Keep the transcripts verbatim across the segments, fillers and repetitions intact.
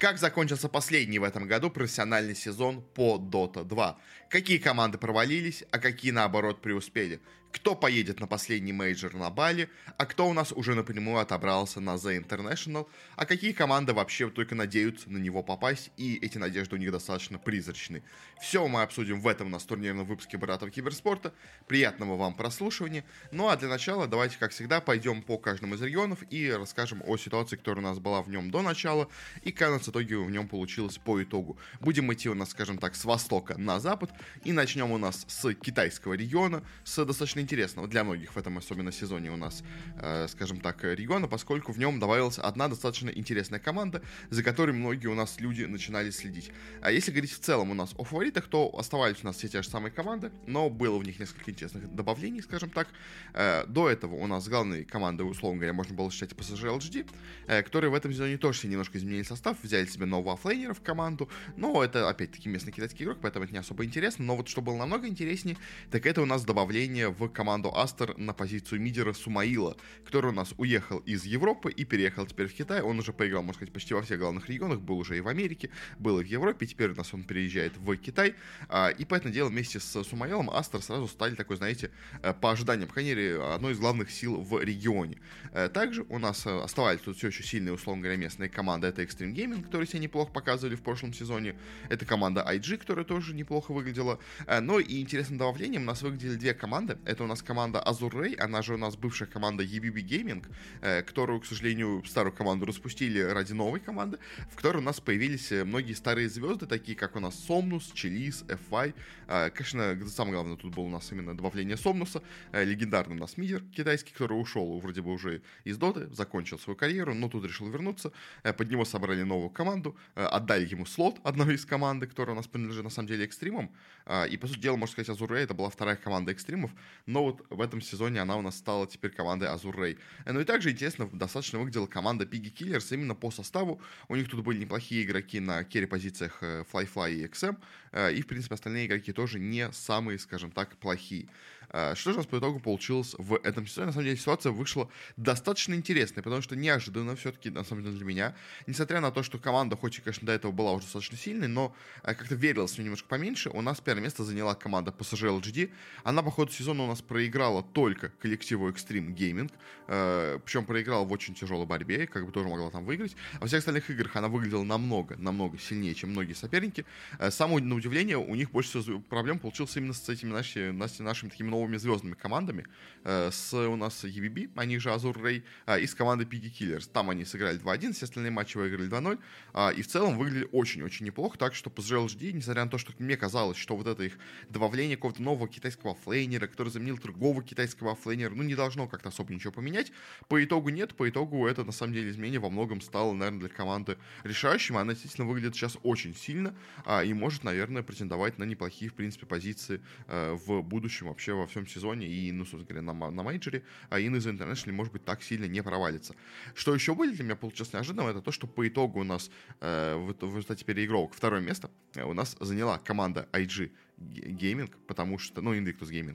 Как закончился последний в этом году профессиональный сезон по Дота два? Какие команды провалились, а какие, наоборот, преуспели? Кто поедет на последний мейджор на Бали, а кто у нас уже напрямую отобрался на The International, а какие команды вообще только надеются на него попасть, и эти надежды у них достаточно призрачны. Все мы обсудим в этом у нас турнирном выпуске Братов Киберспорта. Приятного вам прослушивания. Ну а для начала давайте, как всегда, пойдем по каждому из регионов и расскажем о ситуации, которая у нас была в нем до начала, и как у нас в итоге в нем получилось по итогу. Будем идти у нас, скажем так, с востока на запад, и начнем у нас с китайского региона, с достаточно интересного для многих в этом особенно сезоне у нас, э, скажем так, региона, поскольку в нем добавилась одна достаточно интересная команда, за которой многие у нас люди начинали следить. А если говорить в целом у нас о фаворитах, то оставались у нас все те же самые команды, но было в них несколько интересных добавлений, скажем так. Э, до этого у нас главной командой, условно говоря, можно было считать пэ эс джи эл джи ди, э, которые в этом сезоне тоже себе немножко изменили состав, взяли себе нового оффлейнера в команду, но это опять-таки местный китайский игрок, поэтому это не особо интересно, но вот что было намного интереснее, так это у нас добавление в команду Астер на позицию мидера Сумаила, который у нас уехал из Европы и переехал теперь в Китай. Он уже поиграл, можно сказать, почти во всех главных регионах, был уже и в Америке, был и в Европе, теперь у нас он переезжает в Китай, и по этому делу вместе с Сумаилом Астер сразу стали такой, знаете, по ожиданиям, по крайней мере, одной из главных сил в регионе. Также у нас оставались тут все еще сильные, условно говоря, местные команды, это Extreme Gaming, которые себя неплохо показывали в прошлом сезоне, это команда ай джи, которая тоже неплохо выглядела, но и интересным добавлением у нас выглядели две команды, это у нас команда Azure Ray, она же у нас бывшая команда и би би Gaming, э, которую, к сожалению, старую команду распустили ради новой команды, в которой у нас появились многие старые звезды, такие как у нас Somnus, Chiliz, эф вай. Э, конечно, самое главное тут было у нас именно добавление Somnus, э, легендарный у нас мидер китайский, который ушел вроде бы уже из Доты, закончил свою карьеру, но тут решил вернуться. Э, под него собрали новую команду, э, отдали ему слот одной из команды, которая у нас принадлежит на самом деле Экстримам. Э, и, по сути дела, можно сказать, Azure Ray это была вторая команда Экстримов, но вот в этом сезоне она у нас стала теперь командой Azure Ray. Ну и также интересно, достаточно выглядела команда Piggy Killers именно по составу. У них тут были неплохие игроки на керри-позициях Fly-Fly и икс эм, и, в принципе, остальные игроки тоже не самые, скажем так, плохие. Что же у нас по итогу получилось в этом сезоне? На самом деле ситуация вышла достаточно интересной, потому что неожиданно все-таки, на самом деле для меня, несмотря на то, что команда, хоть и, конечно, до этого была уже достаточно сильной, но как-то верилась в нее немножко поменьше, у нас первое место заняла команда пэ эс джи эл джи ди. Она по ходу сезона у нас проиграла только коллективу Extreme Gaming, э, причем проиграла в очень тяжелой борьбе, как бы тоже могла там выиграть. А во всех остальных играх она выглядела намного, намного сильнее, чем многие соперники. Э, самое на удивление, у них больше всего проблем получилось именно с этими наши, нашими такими новыми звездными командами. Э, с у нас и би би, они же Azure Ray, э, и с командой Piggy Killers. Там они сыграли два один, все остальные матчи выиграли два ноль, э, и в целом выглядели очень-очень неплохо, так что пэ эс джи эл джи ди, несмотря на то, что мне казалось, что вот это их добавление какого-то нового китайского флейнера, который заменил другого китайского флейнера, ну, не должно как-то особо ничего поменять. По итогу нет, по итогу это, на самом деле, изменение во многом стало, наверное, для команды решающим. Она действительно выглядит сейчас очень сильно а, и может, наверное, претендовать на неплохие, в принципе, позиции а, в будущем вообще во всем сезоне и, ну, собственно говоря, на, на мейджоре, а и на The International, может быть, так сильно не провалится. Что еще будет для меня получилось неожиданно, это то, что по итогу у нас э, в, в результате переигровок второе место э, у нас заняла команда ай джи Gaming, потому что, ну, Invictus Gaming,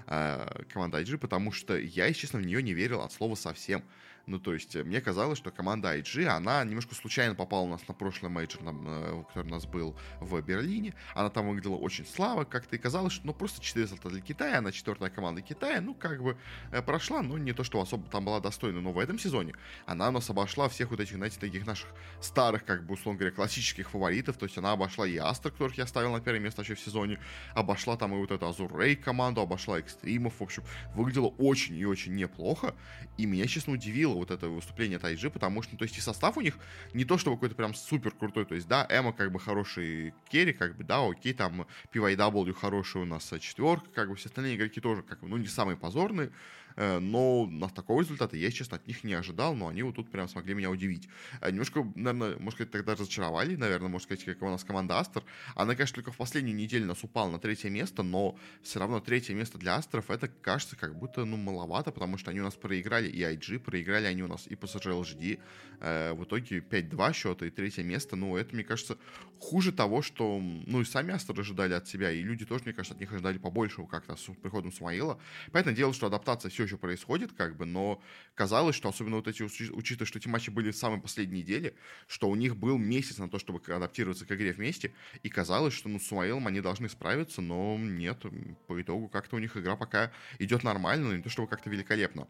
э, команда ай джи, потому что я, если честно, в нее не верил от слова совсем. Ну, то есть, мне казалось, что команда ай джи, она немножко случайно попала у нас на прошлый мейджор, э, который у нас был в Берлине. Она там выглядела очень слабо, как-то и казалось, что, ну, просто четыре результата для Китая, она четвертая команда Китая, ну, как бы э, прошла, но не то, что особо там была достойна. Но в этом сезоне она у нас обошла всех вот этих, знаете, таких наших старых, как бы, условно говоря, классических фаворитов. То есть, она обошла и Астер, которых я ставил на первое место вообще в сезоне, обошла там и вот эту Azure Ray команду, обошла Экстримов, в общем, выглядело очень и очень неплохо, и меня, честно, удивило вот это выступление от ай джи, потому что, ну, то есть, и состав у них не то, чтобы какой-то прям супер крутой, то есть, да, Эма как бы хороший керри, как бы, да, окей, там, пи вай дабл ю хороший у нас четверка, как бы, все остальные игроки тоже, как бы, ну, не самые позорные, но на такого результата я, честно, от них не ожидал, но они вот тут прям смогли меня удивить. Немножко, наверное, можно сказать, тогда разочаровали, наверное, можно сказать, как у нас команда Астер. Она, конечно, только в последнюю неделю нас упала на третье место, но все равно третье место для Астеров, это, кажется, как будто, ну, маловато, потому что они у нас проиграли и ай джи, проиграли они у нас и пэ эс джи эл джи ди, э, в итоге пять-два счета и третье место, ну, это, мне кажется, хуже того, что, ну, и сами Астеры ожидали от себя, и люди тоже, мне кажется, от них ожидали побольшего как-то с приходом Смаила. Поэтому дело, что адаптация все все еще происходит, как бы, но казалось, что особенно вот эти, учитывая, что эти матчи были в самой последней неделе, что у них был месяц на то, чтобы адаптироваться к игре вместе, и казалось, что, ну, с Сумаилом они должны справиться, но нет, по итогу как-то у них игра пока идет нормально, но не то чтобы как-то великолепно.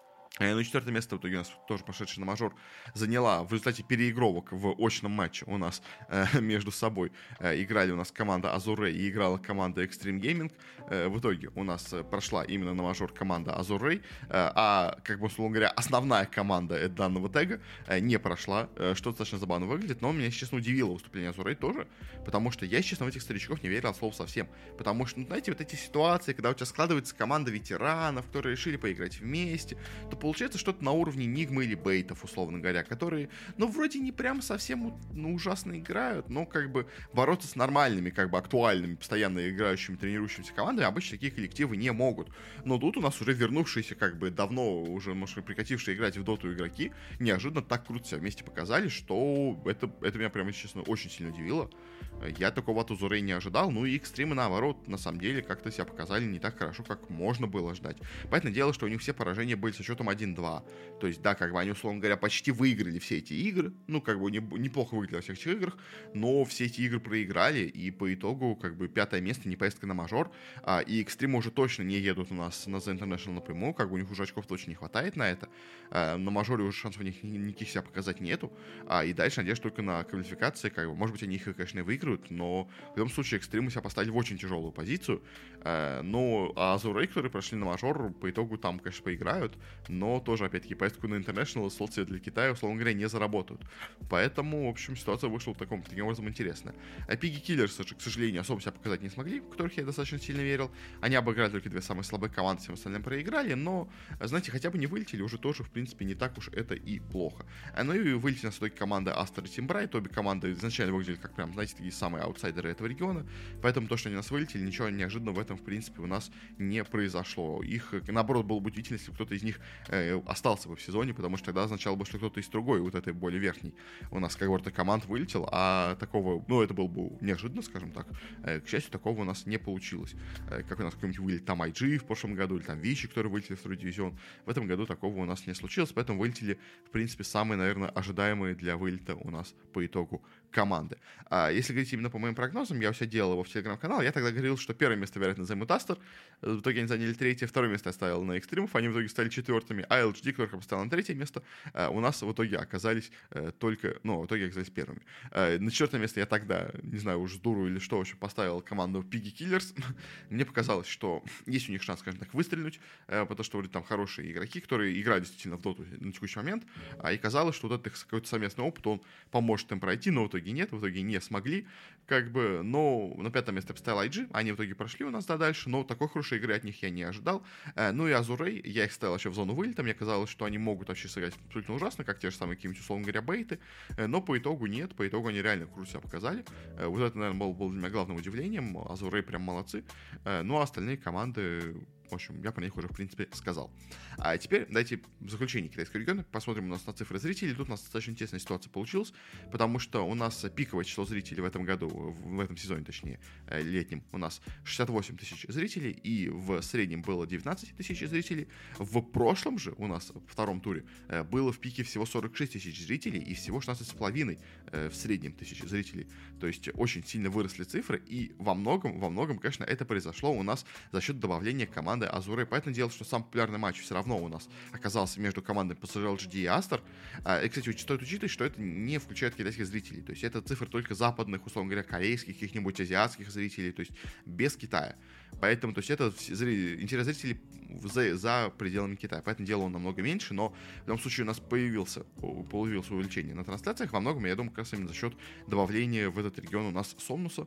Ну, четвертое место в итоге у нас тоже пошедший на мажор заняла в результате переигровок в очном матче у нас э, между собой. Э, играли у нас команда Azure и играла команда Extreme Gaming. Э, в итоге у нас прошла именно на мажор команда Azure, э, а, как бы, условно говоря, основная команда данного тега э, не прошла, э, что достаточно забавно выглядит, но меня, если честно, удивило выступление Azure тоже, потому что я, если честно, в этих старичков не верил от слова совсем. Потому что, ну, знаете, вот эти ситуации, когда у тебя складывается команда ветеранов, которые решили поиграть вместе, то получается что-то на уровне Нигмы или Бейтов, условно говоря, которые, ну, вроде не прям совсем, ну, ужасно играют, но как бы бороться с нормальными, как бы актуальными, постоянно играющими, тренирующимися командами обычно такие коллективы не могут. Но тут у нас уже вернувшиеся, как бы давно уже, может, прекратившие играть в доту игроки, неожиданно так круто себя вместе показали, что это, это меня прямо, честно, очень сильно удивило. Я такого от Узурей не ожидал, ну и экстримы, наоборот, на самом деле, как-то себя показали не так хорошо, как можно было ждать. Понятное дело, что у них все поражения были со счетом один-два. То есть, да, как бы они, условно говоря, почти выиграли все эти игры, ну, как бы не, неплохо выиграли во всех этих играх, но все эти игры проиграли, и по итогу, как бы, пятое место, не поездка на мажор, а, и экстримы уже точно не едут у нас на The International напрямую, как бы у них уже очков точно не хватает на это, а, на мажоре уже шансов у них никаких себя показать нету, а, и дальше надежда только на квалификации, как бы, может быть, они их, конечно, и выиграют, но в любом случае экстримы себя поставили в очень тяжелую позицию. Э, ну, а Азурей, которые прошли на мажор, по итогу там, конечно, поиграют, но тоже, опять-таки, поездку на International слот для Китая, условно говоря, не заработают. Поэтому, в общем, ситуация вышла в таком, таким образом интересная. А Piggy Killers, к сожалению, особо себя показать не смогли, в которых я достаточно сильно верил. Они обыграли только две самые слабые команды, всем остальным проиграли, но, знаете, хотя бы не вылетели, уже тоже, в принципе, не так уж это и плохо. Ну и вылетели на все-таки команды Астер и Тимбрайт, обе команды изначально выглядели как прям, знаете, такие самые аутсайдеры этого региона, поэтому то, что они нас вылетели, ничего неожиданного в этом, в принципе, у нас не произошло. Их, наоборот, было бы удивительно, если бы кто-то из них э, остался бы в сезоне, потому что тогда означало бы, что кто-то из другой, вот этой более верхней, у нас когорта команд вылетел, а такого, ну, это было бы неожиданно, скажем так. Э, к счастью, такого у нас не получилось. Э, как у нас какой-нибудь вылет там ай джи в прошлом году, или там Вичи, которые вылетели в второй дивизион. В этом году такого у нас не случилось, поэтому вылетели, в принципе, самые, наверное, ожидаемые для вылета у нас по итогу команды. А если говорить именно по моим прогнозам, я у себя делал его в телеграм-канал, я тогда говорил, что первое место, вероятно, займут Астер, в итоге они заняли третье, второе место я ставил на Экстримов, они в итоге стали четвертыми, а эл джи ди, которых я поставил на третье место, у нас в итоге оказались только, ну, в итоге оказались первыми. На четвертое место я тогда, не знаю, уж с дуру или что, вообще поставил команду Piggy Killers. Мне показалось, что есть у них шанс, скажем так, выстрелить, потому что вроде там хорошие игроки, которые играют действительно в доту на текущий момент, и казалось, что вот этот какой-то совместный опыт, он поможет им пройти, но в итоге нет, в итоге не смогли, как бы, но на пятом месте поставил ай джи, они в итоге прошли у нас до дальше, но такой хорошей игры от них я не ожидал. Ну и Азурей, я их ставил еще в зону вылета, мне казалось, что они могут вообще сыграть абсолютно ужасно, как те же самые какие-нибудь, условно говоря, бейты, но по итогу нет, по итогу они реально круто себя показали. Вот это, наверное, было, было для меня главным удивлением, Азурей прям молодцы, ну а остальные команды, в общем, я про них уже, в принципе, сказал. А теперь давайте в заключение китайского региона посмотрим у нас на цифры зрителей. Тут у нас достаточно интересная ситуация получилась, потому что у нас пиковое число зрителей в этом году, в этом сезоне, точнее, летнем, у нас шестьдесят восемь тысяч зрителей, и в среднем было девятнадцать тысяч зрителей. В прошлом же у нас, в втором туре, было в пике всего сорок шесть тысяч зрителей и всего шестнадцать с половиной в среднем тысяч зрителей. То есть очень сильно выросли цифры, и во многом, во многом, конечно, это произошло у нас за счет добавления команды Азурей. Поэтому дело, что самый популярный матч все равно у нас оказался между командами пи эс джи эл джи ди и Астер. И, кстати, стоит учитывать, что это не включает китайских зрителей. То есть это цифры только западных, условно говоря, корейских, каких-нибудь азиатских зрителей, то есть без Китая. Поэтому, то есть это интерес зрителей за, за пределами Китая. Поэтому дело он намного меньше, но в любом случае у нас появился, появилось увеличение на трансляциях. Во многом, я думаю, как раз именно за счет добавления в этот регион у нас Сомнуса.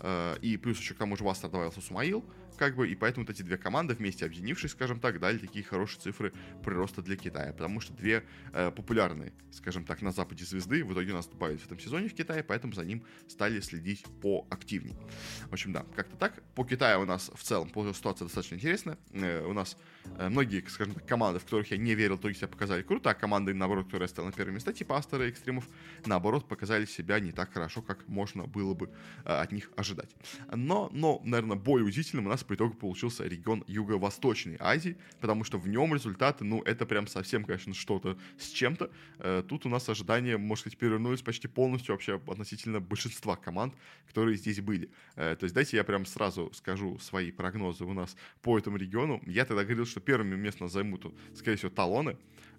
И плюс еще к тому же в Астер добавился Сумаил, как бы, и поэтому вот эти две команды вместе объединившись, скажем так, дали такие хорошие цифры прироста для Китая, потому что две э, популярные, скажем так, на Западе звезды в итоге у нас добавились в этом сезоне в Китае, поэтому за ним стали следить поактивней. В общем, да, как-то так. По Китаю у нас в целом ситуация достаточно интересная. Э, у нас э, многие, скажем так, команды, в которых я не верил, в итоге себя показали круто, а команды, наоборот, которые стали на первые места, типа Астера и Экстримов, наоборот, показали себя не так хорошо, как можно было бы э, от них ожидать. Но, но, наверное, более удивительным у нас по итогу получился регион Юго Юго-Восточной Азии, потому что в нем результаты, ну, это прям совсем, конечно, что-то с чем-то. Тут у нас ожидания, можно сказать, перевернулись почти полностью вообще относительно большинства команд, которые здесь были. То есть дайте я прям сразу скажу свои прогнозы у нас по этому региону. Я тогда говорил, что первыми место займут, скорее всего, Талоны.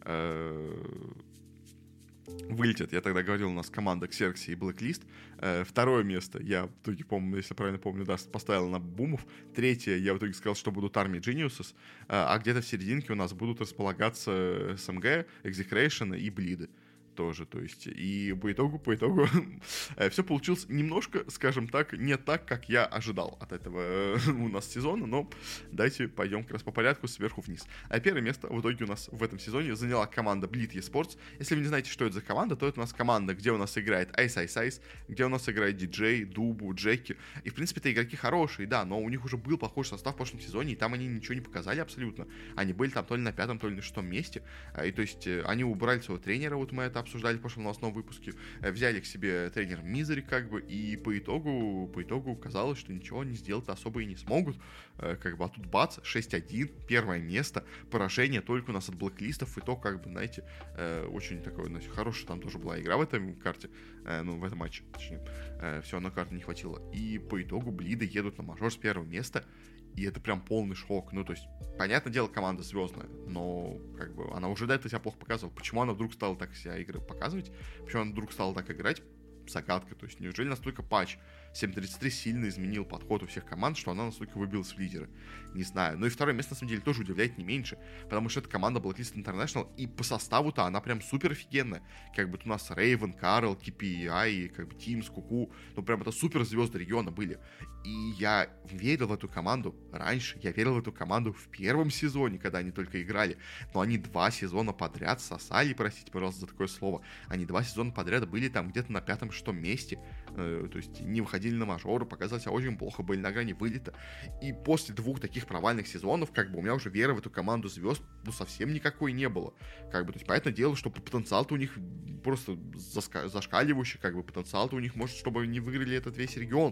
Вылетят, я тогда говорил, у нас команда Xerxes и Blacklist. Э, второе место я в итоге, помню, если правильно помню, да, поставил на Бумов. Третье я в итоге сказал, что будут Army Geniuses. Э, а где-то в серединке у нас будут располагаться эс эм джи, Execration и Блиды тоже, то есть, и по итогу, по итогу, все получилось немножко, скажем так, не так, как я ожидал от этого у нас сезона, но давайте пойдем как раз по порядку сверху вниз. А первое место в итоге у нас в этом сезоне заняла команда Bleed eSports. Если вы не знаете, что это за команда, то это у нас команда, где у нас играет Ice Ice Ice, где у нас играет диджей, Дубу, Джеки, и, в принципе, это игроки хорошие, да, но у них уже был похожий состав в прошлом сезоне, и там они ничего не показали абсолютно. Они были там то ли на пятом, то ли на шестом месте, и, то есть, они убрали своего тренера, вот мы это обсуждали в прошлом новостном выпуске, взяли к себе тренер Мизери, как бы, и по итогу, по итогу казалось, что ничего они сделать особо и не смогут, как бы, а тут бац, шесть один, первое место, поражение только у нас от блэклистов, и то, как бы, знаете, очень такой, значит, хорошая там тоже была игра в этой карте, ну, в этом матче, точнее, все равно карты не хватило, и по итогу Блиды едут на мажор с первого места, и это прям полный шок. Ну, то есть, понятное дело, команда звездная, но, как бы, она уже до этого себя плохо показывала. Почему она вдруг стала так себя игры показывать? Почему она вдруг стала так играть? Загадка. То есть, неужели настолько патч семь тридцать три сильно изменил подход у всех команд, что она настолько выбилась в лидеры? Не знаю. Ну и второе место, на самом деле, тоже удивляет не меньше, потому что это команда Blacklist International, и по составу-то она прям супер офигенная. Как бы тут у нас Рейвен, Карл, кей пи ай, как бы Тимс, Куку, ну прям это супер звезды региона были. И я верил в эту команду раньше, я верил в эту команду в первом сезоне, когда они только играли, но они два сезона подряд сосали, простите, пожалуйста, за такое слово, они два сезона подряд были там где-то на пятом-шестом месте, э, то есть не выходили на мажоры, показали себя очень плохо, были на грани вылета, и после двух таких провальных сезонов, как бы у меня уже веры в эту команду звезд, ну, совсем никакой не было, как бы, то есть, понятное дело, что потенциал-то у них просто заска- зашкаливающий, как бы, потенциал-то у них может, чтобы они выиграли этот весь регион,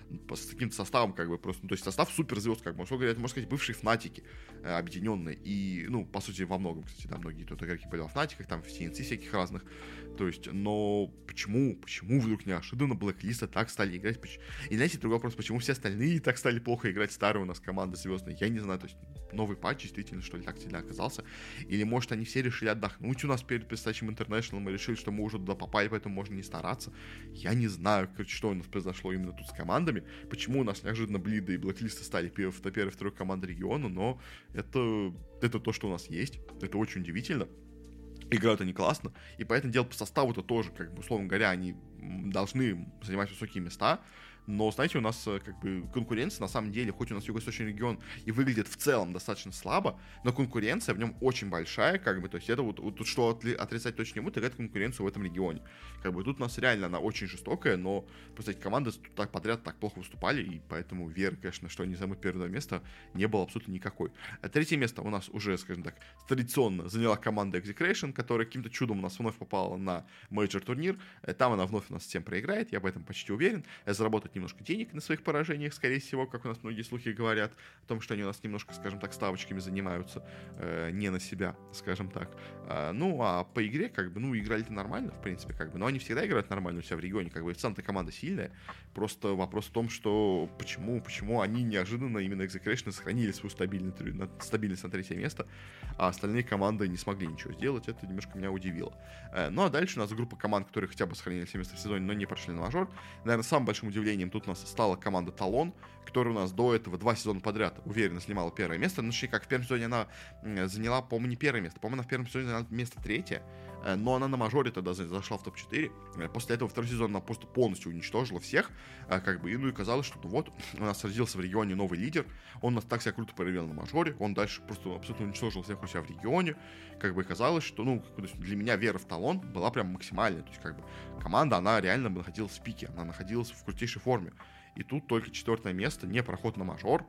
с каким-то составом, как бы, просто, ну, то есть, состав супер звезд, как бы, что говорят, можно сказать, бывшие Фнатики, э, объединенные, и, ну, по сути, во многом, кстати, да, многие тут игроки были во Фнатиках, там, в си эн си всяких разных, то есть, но почему, почему вдруг неожиданно Blacklist так стали играть, и, знаете, другой вопрос, почему все остальные так стали плохо играть, старые у нас команды звездные, я не знаю, то есть, новый патч действительно, что ли, так сильно оказался, или, может, они все решили отдохнуть у нас перед предстоящим International, мы решили, что мы уже туда попали, поэтому можно не стараться, я не знаю, что у нас произошло именно тут с командами, почему у нас неожиданно Блиды и Блэклисты стали первой, первой, второй командой региона, но это, это то, что у нас есть, это очень удивительно. Играют они классно, и поэтому дело по составу-то тоже, как бы, условно говоря, они должны занимать высокие места, но, знаете, у нас, как бы, конкуренция, на самом деле, хоть у нас юго-восточный регион и выглядит в целом достаточно слабо, но конкуренция в нем очень большая, как бы, то есть это вот, вот тут что отрицать точно не будет, играть конкуренцию в этом регионе. Как бы тут у нас реально она очень жестокая, но, просто эти команды так подряд так плохо выступали, и поэтому веры, конечно, что они займут первое место, не было абсолютно никакой. А третье место у нас уже, скажем так, традиционно заняла команда Execration, которая каким-то чудом у нас вновь попала на мейджор турнир, там она вновь у нас всем проиграет, я об этом почти уверен, заработать немножко денег на своих поражениях, скорее всего, как у нас многие слухи говорят, о том, что они у нас немножко, скажем так, ставочками занимаются, э, не на себя, скажем так. А, ну, а по игре, как бы, ну, играли-то нормально, в принципе, как бы, но они всегда играют нормально у себя в регионе, как бы, и в целом-то команда сильная, просто вопрос в том, что почему, почему они неожиданно, именно Execration, сохранили свою стабильность, стабильность на третье место, а остальные команды не смогли ничего сделать, это немножко меня удивило. Э, ну, а дальше у нас группа команд, которые хотя бы сохранили все места в сезоне, но не прошли на мажор. Наверное, самым большим удивлением тут у нас стала команда Талон, которая у нас до этого два сезона подряд уверенно занимала первое место. Ну, точнее, как в первом сезоне она заняла, по-моему, не первое место. По-моему, она в первом сезоне заняла место третье, но она на мажоре тогда зашла в топ четыре. После этого второй сезон она просто полностью уничтожила всех, как бы, и, ну и казалось, что ну, вот, у нас родился в регионе новый лидер, он нас так себя круто проявил на мажоре, он дальше просто абсолютно уничтожил всех у себя в регионе, как бы казалось, что, ну, для меня вера в Талон была прям максимальная, то есть, как бы, команда, она реально находилась в пике, она находилась в крутейшей форме, и тут только четвертое место, не проход на мажор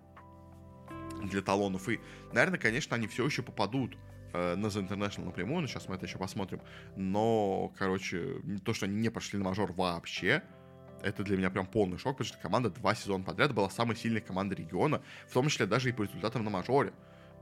для Талонов, и, наверное, конечно, они все еще попадут э, на The International напрямую, но сейчас мы это еще посмотрим, но, короче, то, что они не прошли на мажор вообще, это для меня прям полный шок, потому что команда два сезона подряд была самой сильной командой региона, в том числе даже и по результатам на мажоре.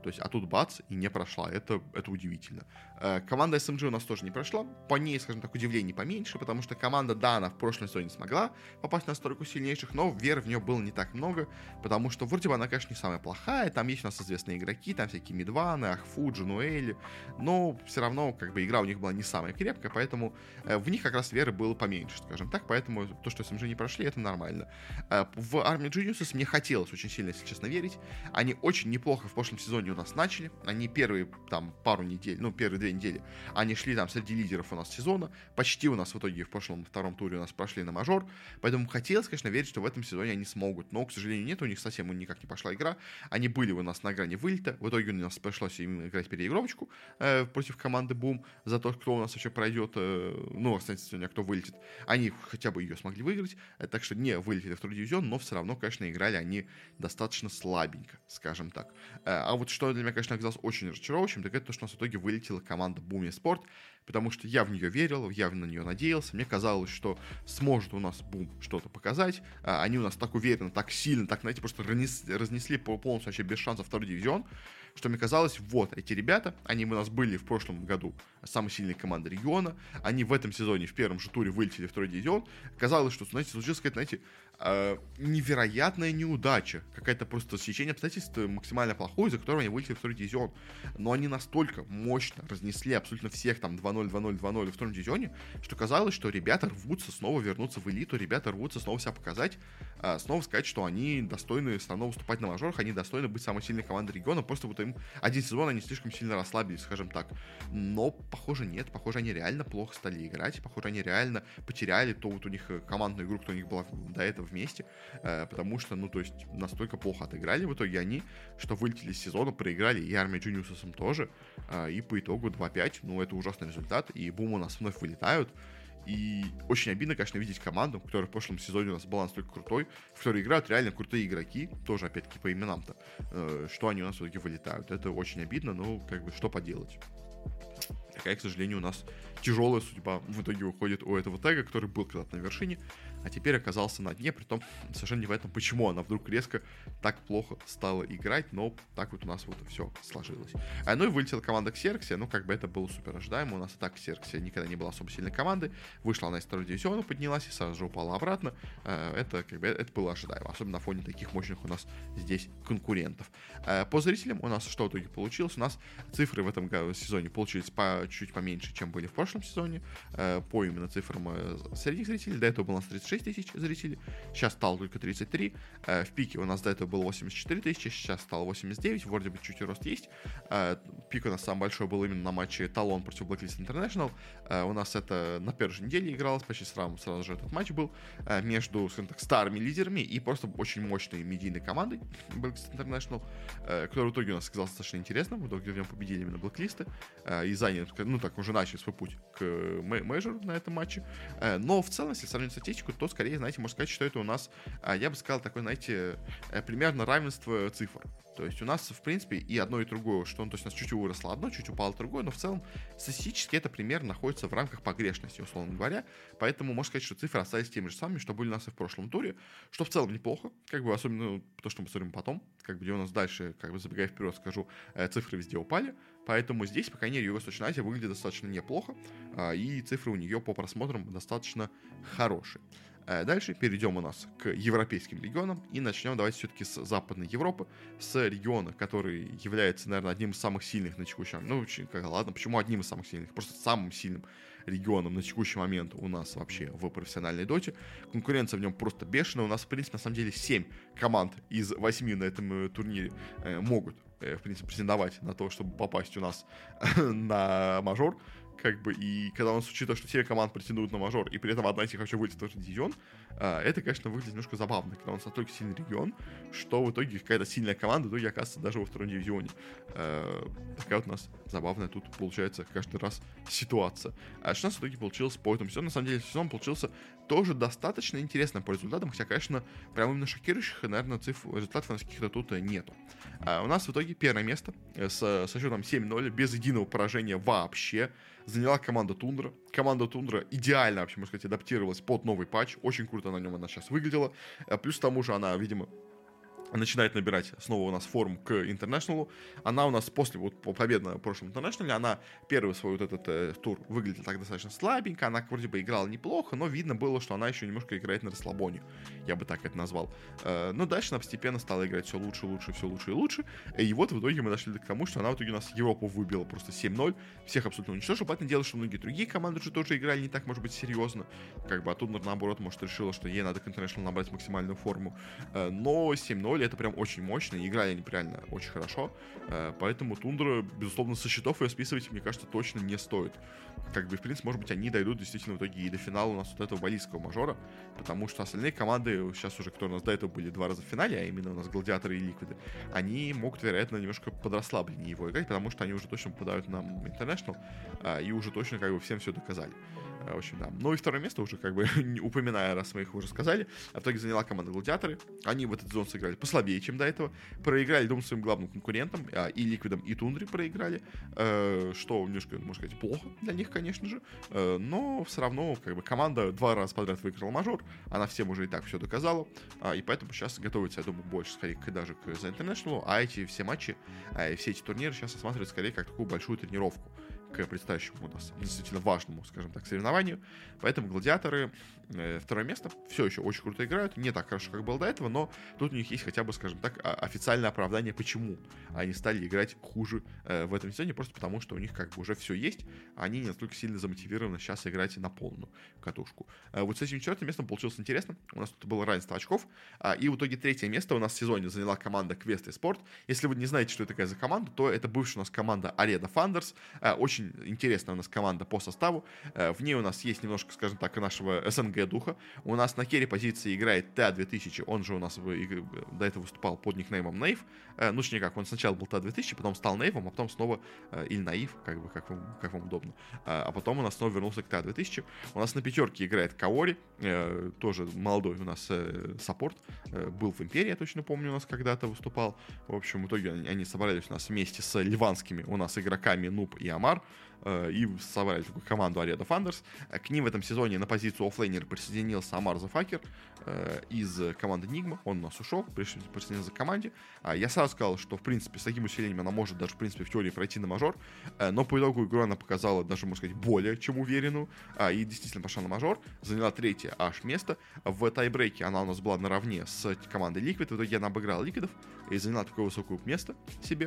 То есть, а тут бац, и не прошла. Это, это удивительно. Э, команда эс эм джи у нас тоже не прошла. По ней, скажем так, удивлений поменьше, потому что команда, да, она в прошлом сезоне смогла попасть на стройку сильнейших, но веры в нее было не так много, потому что вроде бы она, конечно, не самая плохая. Там есть у нас известные игроки, там всякие Мидваны, Ахфу, Джануэли, но все равно, как бы, игра у них была не самая крепкая, поэтому э, в них как раз веры было поменьше, скажем так, поэтому то, что эс эм джи не прошли, это нормально. Э, в Army Geniuses мне хотелось очень сильно, если честно, верить. Они очень неплохо в прошлом сезоне у нас начали. Они первые там пару недель, ну, первые две недели, они шли там среди лидеров у нас сезона. Почти у нас в итоге в прошлом втором туре у нас прошли на мажор. Поэтому хотелось, конечно, верить, что в этом сезоне они смогут. Но, к сожалению, нет, у них совсем никак не пошла игра. Они были у нас на грани вылета. В итоге у нас пришлось им играть переигровочку э, против команды Boom за то, кто у нас вообще пройдет, э, ну, кстати, сегодня кто вылетит. Они хотя бы ее смогли выиграть. Э, так что не вылетели в второй дивизион, но все равно, конечно, играли они достаточно слабенько, скажем так. Э, а вот что для меня, конечно, оказалось очень разочаровывающим, так это то, что у нас в итоге вылетела команда Boom Sport, потому что я в нее верил, я на нее надеялся. Мне казалось, что сможет у нас Boom что-то показать. Э, они у нас так уверенно, так сильно, так, знаете, просто разнесли, разнесли полностью вообще без шансов второй дивизион, что мне казалось, вот, эти ребята, они у нас были в прошлом году самой сильной командой региона, они в этом сезоне в первом же туре вылетели в второй дивизион. Казалось, что, знаете, случилась какая-то, знаете, э, невероятная неудача, какая-то просто стечение обстоятельств максимально плохое, из-за которого они вылетели в второй дивизион. Но они настолько мощно разнесли абсолютно всех там два ноль, два ноль, два ноль в втором дивизионе, что казалось, что ребята рвутся снова вернуться в элиту, ребята рвутся снова себя показать, э, снова сказать, что они достойны снова выступать на мажорах, они достойны быть самой сильной командой региона, просто вот им один сезон они слишком сильно расслабились, скажем так. Но, похоже, нет. Похоже, они реально плохо стали играть. Похоже, они реально потеряли то вот у них командную игру, кто у них была до этого вместе. Э, потому что, ну, то есть, настолько плохо отыграли в итоге они, что вылетели из сезона, проиграли и Army Geniuses тоже. Э, и по итогу два пять. Ну, это ужасный результат. И Бум у нас вновь вылетают. И очень обидно, конечно, видеть команду, которая в прошлом сезоне у нас была настолько крутой, в которой играют реально крутые игроки, тоже, опять-таки, по именам-то, э, что они у нас в итоге вылетают. Это очень обидно, но, как бы, что поделать. Такая, к сожалению, у нас тяжелая судьба в итоге выходит у этого тега, который был когда-то на вершине, а теперь оказался на дне, притом совершенно не в этом, почему она вдруг резко так плохо стала играть, но так вот у нас вот все сложилось. А, ну и вылетела команда Ксерксия, ну как бы это было супер ожидаемо, у нас и так Ксерксия никогда не была особо сильной командой, вышла она из второго дивизиона, поднялась и сразу же упала обратно, это как бы это было ожидаемо, особенно на фоне таких мощных у нас здесь конкурентов. По зрителям у нас что в итоге получилось? У нас цифры в этом сезоне получились по чуть поменьше, чем были в прошлом сезоне, по именно цифрам средних зрителей. До этого было у нас тридцать шесть тысяч зрителей, сейчас стало только тридцать три. В пике у нас до этого было восемьдесят четыре тысячи, сейчас стало восемьдесят девять, вроде бы чуть и рост есть. Пик у нас самый большой был именно на матче Талон против Blacklist International. У нас это на первой же неделе игралось, почти сразу, сразу же этот матч был между, скажем так, старыми лидерами и просто очень мощной медийной командой Blacklist International, которая в итоге у нас оказалась достаточно интересным. В итоге в нем победили именно Blacklist и заняли, ну так, уже начали свой путь к мейджору на этом матче. Но в целом, если сравнить статистику, то скорее, знаете, можно сказать, что это у нас, я бы сказал, такое, знаете, примерно равенство цифр. То есть у нас, в принципе, и одно, и другое, что, ну, то есть у нас чуть выросло одно, чуть упало другое, но в целом статистически это примерно находится в рамках погрешности, условно говоря. Поэтому можно сказать, что цифры остались теми же самыми, что были у нас и в прошлом туре, что в целом неплохо, как бы, особенно ну, то, что мы посмотрим потом, как бы, где у нас дальше, как бы, забегая вперед, скажу, цифры везде упали. Поэтому здесь, по крайней мере, Юго-Восточная Азия выглядит достаточно неплохо, и цифры у нее по просмотрам достаточно хорошие. Дальше перейдем у нас к европейским регионам и начнем давайте все-таки с Западной Европы, с региона, который является, наверное, одним из самых сильных на текущий момент. Ну, как, ладно, почему одним из самых сильных? Просто самым сильным регионом на текущий момент у нас вообще в профессиональной доте. Конкуренция в нем просто бешеная. У нас, в принципе, на самом деле семь команд из восьми на этом турнире э, могут, э, в принципе, претендовать на то, чтобы попасть у нас на мажор. Как бы, и когда у нас учитывает, что все команды претендуют на мажор, и при этом одна из них вообще вылетит в этот дивизион, это, конечно, выглядит немножко забавно, когда у нас настолько сильный регион, что в итоге какая-то сильная команда в итоге оказывается даже во втором дивизионе. Такая вот у нас забавная тут получается каждый раз ситуация. А что у нас в итоге получилось по этому сезону? На самом деле, сезон получился тоже достаточно интересным по результатам, хотя, конечно, прям именно шокирующих, наверное, цифр, результатов у нас каких-то тут нету. У нас в итоге первое место с, со счетом семь ноль, без единого поражения вообще, заняла команда Тундра. Команда Тундра идеально, вообще, можно сказать, адаптировалась под новый патч. Очень круто на нем она сейчас выглядела. Плюс к тому же она, видимо, начинает набирать снова у нас форму к Интернешнлу. Она у нас после вот победы на прошлом Интернешнле, она первый свой вот этот э, тур выглядела так достаточно слабенько, она вроде бы играла неплохо, но видно было, что она еще немножко играет на расслабоне, я бы так это назвал. Э, но дальше она постепенно стала играть все лучше, лучше, все лучше и лучше, и вот в итоге мы дошли к тому, что она в итоге у нас Европу выбила просто семь ноль, всех абсолютно уничтожила. Понятное дело, что многие другие команды уже тоже играли не так, может быть, серьезно, как бы, а тут, наоборот, может, решила, что ей надо к Интернешнлу набрать максимальную форму, э, но семь ноль это прям очень мощно, играли они реально очень хорошо, поэтому Тундра, безусловно, со счетов ее списывать, мне кажется, точно не стоит. Как бы, в принципе, может быть, они дойдут действительно в итоге и до финала у нас вот этого балийского мажора, потому что остальные команды, сейчас уже, которые у нас до этого были два раза в финале, а именно у нас Гладиаторы и Ликвиды, они могут, вероятно, немножко подрасслабленнее его играть, потому что они уже точно попадают на International и уже точно как бы всем все доказали. В общем, да. Ну и второе место уже, как бы, упоминая, раз мы их уже сказали, в итоге заняла команда Гладиаторы. Они в этот сезон сыграли послабее, чем до этого. Проиграли, думаю, своим главным конкурентам, и Ликвидам, и Тундре проиграли, что немножко, можно сказать, плохо для них, конечно же. Но все равно, как бы, команда два раза подряд выиграла мажор, она всем уже и так все доказала, и поэтому сейчас готовится, я думаю, больше, скорее, даже к The International, а эти все матчи, и все эти турниры сейчас осматривают, скорее, как такую большую тренировку к предстоящему у нас действительно важному, скажем так, соревнованию. Поэтому Гладиаторы э, второе место все еще очень круто играют. Не так хорошо, как было до этого, но тут у них есть хотя бы, скажем так, официальное оправдание, почему они стали играть хуже э, в этом сезоне, просто потому что у них как бы уже все есть, они не настолько сильно замотивированы сейчас играть на полную катушку. Э, вот с этим четвертым местом получилось интересно. У нас тут было равенство очков, э, и в итоге третье место у нас в сезоне заняла команда Quest Esport. Если вы не знаете, что это такая за команда, то это бывшая у нас команда Arena Founders. Э, очень интересная у нас команда по составу. В ней у нас есть немножко, скажем так, нашего СНГ духа. У нас на керри позиции играет Т две тысячи, он же у нас до этого выступал под никнеймом Нейв. Ну, точнее как, он сначала был Т две тысячи, потом стал Нейвом, а потом снова или Наив, как бы, как вам, как вам удобно. А потом у нас снова вернулся к Т две тысячи. У нас на пятерке играет Каори, тоже молодой у нас саппорт. Был в Империи, я точно помню, у нас когда-то выступал. В общем, в итоге они собрались у нас вместе с ливанскими у нас игроками Нуб и Амар, и собрали такую команду Arena Founders. К ним в этом сезоне на позицию оффлейнера присоединился Амар Зафакер из команды Нигма. Он у нас ушел, присоединился к команде. Я сразу сказал, что, в принципе, с таким усилением она может даже, в принципе, в теории пройти на мажор, но по итогу игру она показала даже, можно сказать, более чем уверенную, и действительно пошла на мажор, заняла третье аж место. В тайбрейке она у нас была наравне с командой Liquid, в итоге она обыграла Ликвидов и заняла такое высокое место себе,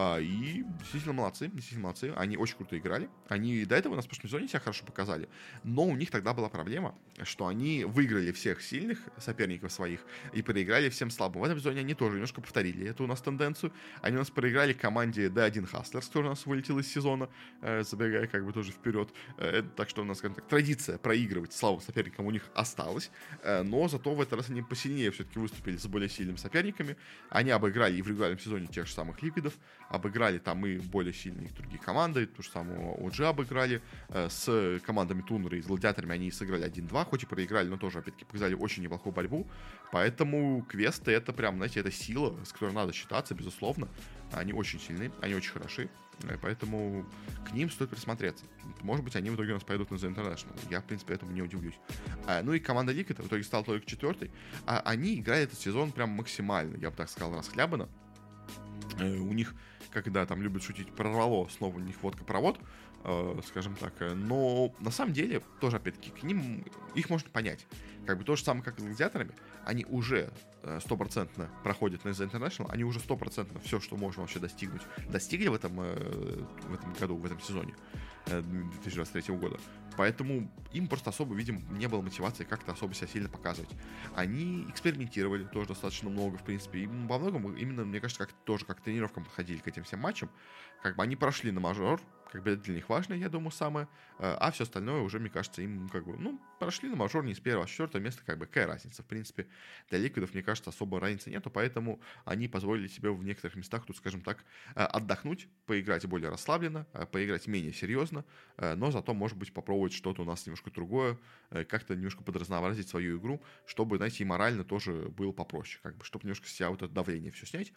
и действительно молодцы, действительно молодцы, они очень круто играли. Они до этого у нас в прошлом сезоне себя хорошо показали, но у них тогда была проблема, что они выиграли всех сильных соперников своих и проиграли всем слабым. В этом сезоне они тоже немножко повторили эту у нас тенденцию. Они у нас проиграли команде Д один Hustlers, который у нас вылетел из сезона, э, забегая как бы тоже вперед. Э, так что у нас, скажем так, традиция проигрывать слабым соперникам у них осталась, э, но зато в этот раз они посильнее все-таки выступили с более сильными соперниками. Они обыграли и в регулярном сезоне тех же самых Ликвидов, обыграли там и более сильные другие команды, ту же самую о джи обыграли, э, с командами Тундры и с Гладиаторами они сыграли один-два, хоть и проиграли, но тоже, опять-таки, показали очень неплохую борьбу, поэтому квесты — это прям, знаете, это сила, с которой надо считаться, безусловно, они очень сильны, они очень хороши, э, поэтому к ним стоит присмотреться. Может быть, они в итоге у нас пойдут на The International, я, в принципе, этому не удивлюсь. А, ну и команда Liquid в итоге стала только четвертой, а они играли этот сезон прям максимально, я бы так сказал, расхлябанно. Э, у них, когда там любят шутить, прорвало снова у них водка-провод, э, скажем так, но на самом деле, тоже опять-таки, к ним, их можно понять. Как бы то же самое, как и с Гладиаторами, они уже стопроцентно проходят на The International, они уже стопроцентно все, что можно вообще достигнуть, достигли в этом, э, в этом году, в этом сезоне э, две тысячи двадцать третьего года. Поэтому им просто особо, видимо, не было мотивации как-то особо себя сильно показывать. Они экспериментировали тоже достаточно много, в принципе, и во многом именно, мне кажется, как тоже как к тренировкам подходили к этим всем матчам. Как бы они прошли на мажор, как бы это для них важно, я думаю, самое, а все остальное уже, мне кажется, им как бы, ну, прошли на мажор не с первого, а с четвертого места, как бы, какая разница, в принципе. Для Ликвидов, мне кажется, особо разницы нету, поэтому они позволили себе в некоторых местах тут, скажем так, отдохнуть, поиграть более расслабленно, поиграть менее серьезно, но зато, может быть, попробовать что-то у нас немножко другое, как-то немножко подразнообразить свою игру, чтобы, знаете, и морально тоже было попроще, как бы, чтобы немножко с себя вот это давление все снять.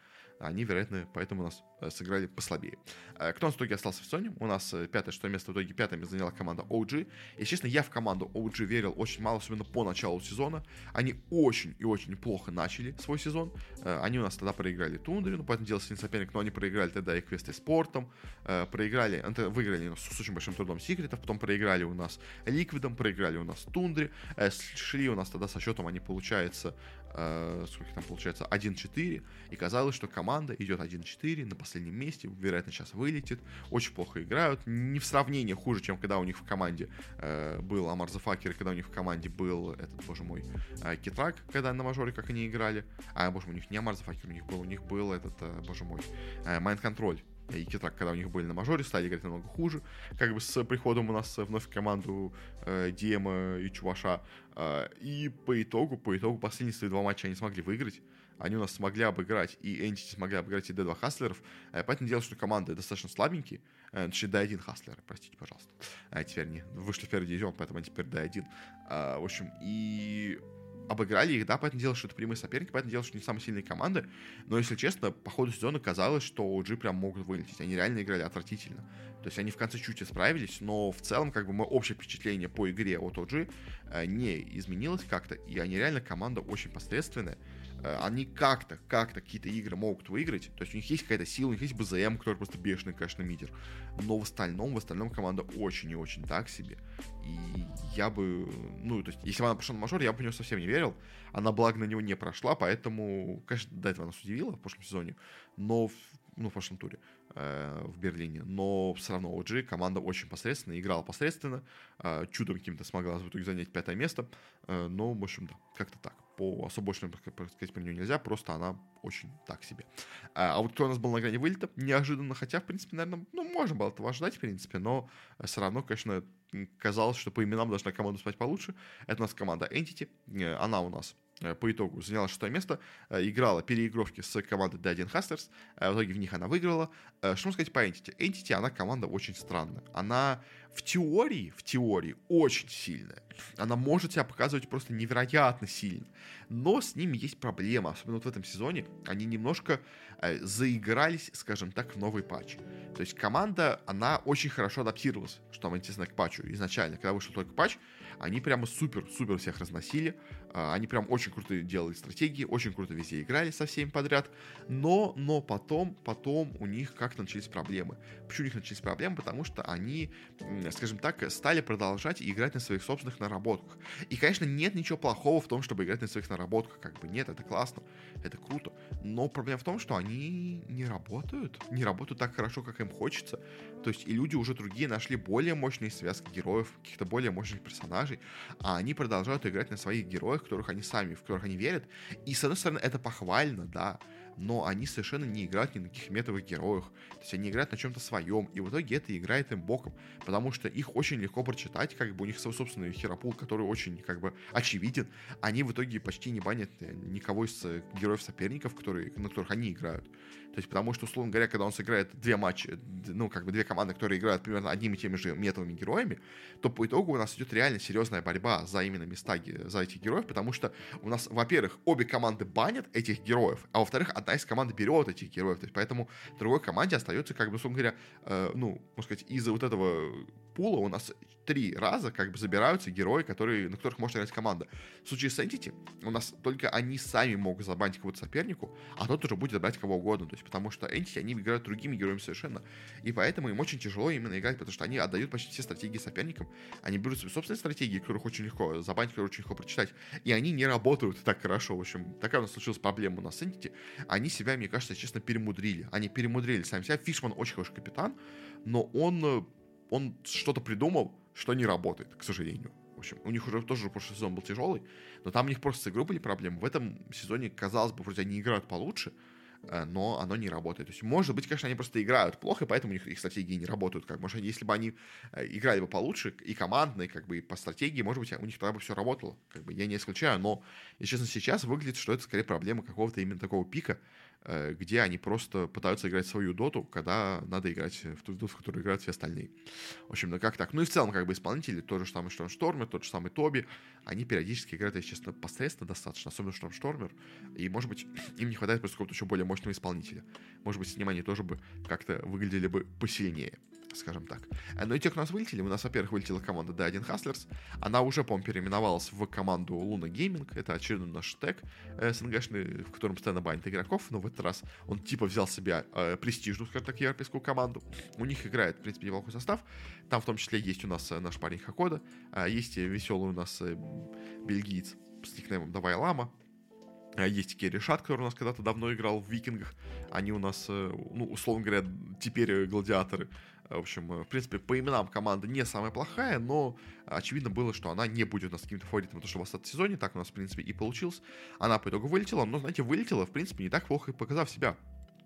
они, вероятно, поэтому у нас э, сыграли послабее. Э, кто у нас в итоге остался в сезоне? У нас э, пятое, шестое место, в итоге пятое заняла команда о джи. И, честно, я в команду о джи верил очень мало, особенно по началу сезона. Они очень и очень плохо начали свой сезон. Э, они у нас тогда проиграли Тундре, ну, поэтому дело сильный соперник, но они проиграли тогда и Квесты Спортом, э, проиграли, э, выиграли у нас с очень большим трудом Секретов, потом проиграли у нас Ликвидом, проиграли у нас Тундре, э, шли у нас тогда со счетом, они, получается, э, сколько там получается, один четыре, и казалось, что команда идет один четыре на последнем месте, вероятно, сейчас вылетит, очень плохо играют, не в сравнении хуже, чем когда у них в команде э, был Амар Зафакер, и когда у них в команде был этот, боже мой, э, Китрак, когда на мажоре, как они играли, а, боже мой, у них не Амар Зафакер, у них был, у них был этот, э, боже мой, э, Майнд Контроль, и Китрак, когда у них были на мажоре, стали играть намного хуже. Как бы с приходом у нас вновь в команду э, Диэма и Чуваша. Э, и по итогу, по итогу, последние свои два матча они смогли выиграть. Они у нас смогли обыграть, и Entity смогли обыграть и ди два Хаслеров. Э, поэтому дело, что команды достаточно слабенькие. Э, точнее, ди один Хаслеры, простите, пожалуйста. А теперь не вышли в первый дивизион, поэтому они теперь ди один. Э, в общем, и... обыграли их, да, поэтому дело, что это прямые соперники, поэтому дело, что не самые сильные команды, но, если честно, по ходу сезона казалось, что о джи прям могут вылететь, они реально играли отвратительно, то есть они в конце чуть справились, но в целом, как бы, мое общее впечатление по игре от о джи э, не изменилось как-то, и они реально команда очень посредственная, э, они как-то, как-то какие-то игры могут выиграть, то есть у них есть какая-то сила, у них есть БЗМ, который просто бешеный, конечно, мидер, но в остальном, в остальном команда очень и очень так себе, и я бы, ну, то есть, если бы она пошла на мажор, я бы в нее совсем не верил. Она, благо, на него не прошла, поэтому, конечно, до этого нас удивила в прошлом сезоне, но, в, ну, в прошлом туре э, в Берлине, но все равно о джи команда очень посредственная, играла посредственно, э, чудом каким-то смогла в итоге занять пятое место, э, но, в общем, да, как-то так. По особо больше сказать про нее нельзя, просто она очень так себе. А, а вот кто у нас был на грани вылета, неожиданно, хотя, в принципе, наверное, ну, можно было этого ожидать, в принципе, но все равно, конечно, казалось, что по именам должна команда спать получше. Это у нас команда Entity, она у нас по итогу заняла шестое место, играла переигровки с командой ди один Hustlers, в итоге в них она выиграла. Что можно сказать по Entity? Entity, она команда очень странная. Она в теории, в теории очень сильная. Она может себя показывать просто невероятно сильно. Но с ними есть проблема, особенно вот в этом сезоне. Они немножко э, заигрались, скажем так, в новый патч. То есть команда, она очень хорошо адаптировалась, что вам интересно, к патчу изначально. Когда вышел только патч, они прямо супер-супер всех разносили. Э, они прям очень круто делали стратегии, очень круто везде играли со всеми подряд. Но, но потом, потом у них как-то начались проблемы. Почему у них начались проблемы? Потому что они, скажем так, стали продолжать играть на своих собственных наработках. И, конечно, нет ничего плохого в том, чтобы играть на своих наработках. Как бы нет, это классно, это круто. Но проблема в том, что они не работают. Не работают так хорошо, как им хочется. То есть и люди уже другие нашли более мощные связки героев, каких-то более мощных персонажей, а они продолжают играть на своих героях, в которых они сами, в которых они верят. И, с одной стороны, это похвально, да, но они совершенно не играют ни на каких метовых героях. То есть они играют на чем-то своем, и в итоге это играет им боком, потому что их очень легко прочитать, как бы у них свой собственный херопул, который очень, как бы, очевиден. Они в итоге почти не банят никого из героев-соперников, которые, на которых они играют. То есть, потому что, условно говоря, когда он сыграет две матчи, ну, как бы две команды, которые играют примерно одними и теми же метовыми героями, то по итогу у нас идет реально серьезная борьба за именно места за этих героев, потому что у нас, во-первых, обе команды банят этих героев, а во-вторых, одна из команд берет этих героев. То есть, поэтому другой команде остается, как бы, условно говоря, э, ну, можно сказать, из-за вот этого пула у нас три раза, как бы, забираются герои, которые, на которых может играть команда. В случае с Entity у нас только они сами могут забанить кого-то сопернику, а тот уже будет забрать кого угодно. То есть, потому что Entity, они играют другими героями совершенно. И поэтому им очень тяжело именно играть, потому что они отдают почти все стратегии соперникам. Они берут свои собственные стратегии, которых очень легко забанить, которые очень легко прочитать. И они не работают так хорошо. В общем, такая у нас случилась проблема у нас с Entity. Они себя, мне кажется, честно, перемудрили. Они перемудрили сами себя. Фишман очень хороший капитан, но он, он что-то придумал, что не работает, к сожалению. В общем, у них уже тоже прошлый сезон был тяжелый, но там у них просто с игрой были проблемы. В этом сезоне, казалось бы, вроде они играют получше, но оно не работает. То есть, может быть, конечно, они просто играют плохо, и поэтому у них их стратегии не работают. Как, может, если бы они играли бы получше, и командно, и, как бы, и по стратегии, может быть, у них тогда бы все работало. Как бы, я не исключаю, но, если честно, сейчас выглядит, что это скорее проблема какого-то именно такого пика, э, где они просто пытаются играть свою доту, когда надо играть в ту доту, в которой играют все остальные. В общем, да как так. Ну и в целом, как бы, исполнители, тот же самый Штормштормер, тот же самый Тоби, они периодически играют, если честно, посредственно достаточно, особенно Штормштормер, и, может быть, им не хватает просто какого-то еще более мощного исполнителя. Может быть, с ним они тоже бы как-то выглядели бы посильнее, скажем так. Но и те, кто у нас вылетели, у нас, во-первых, вылетела команда ди один Hustlers. Она уже, по-моему, переименовалась в команду Luna Gaming. Это очередной наш тег СНГшный, в котором постоянно банят игроков. Но в этот раз он типа взял себе э, престижную, скажем так, европейскую команду. У них играет, в принципе, неплохой состав. Там в том числе есть у нас э, наш парень Хакода. Э, есть веселый у нас э, бельгиец с никнеймом Давай Лама. Есть Керри Шат, который у нас когда-то давно играл в Викингах. Они у нас, ну, условно говоря, теперь гладиаторы. В общем, в принципе, по именам команда не самая плохая, но очевидно было, что она не будет у нас каким-то фаворитом, потому что в остатке сезоне так у нас, в принципе, и получилось. Она по итогу вылетела, но, знаете, вылетела, в принципе, не так плохо и показав себя.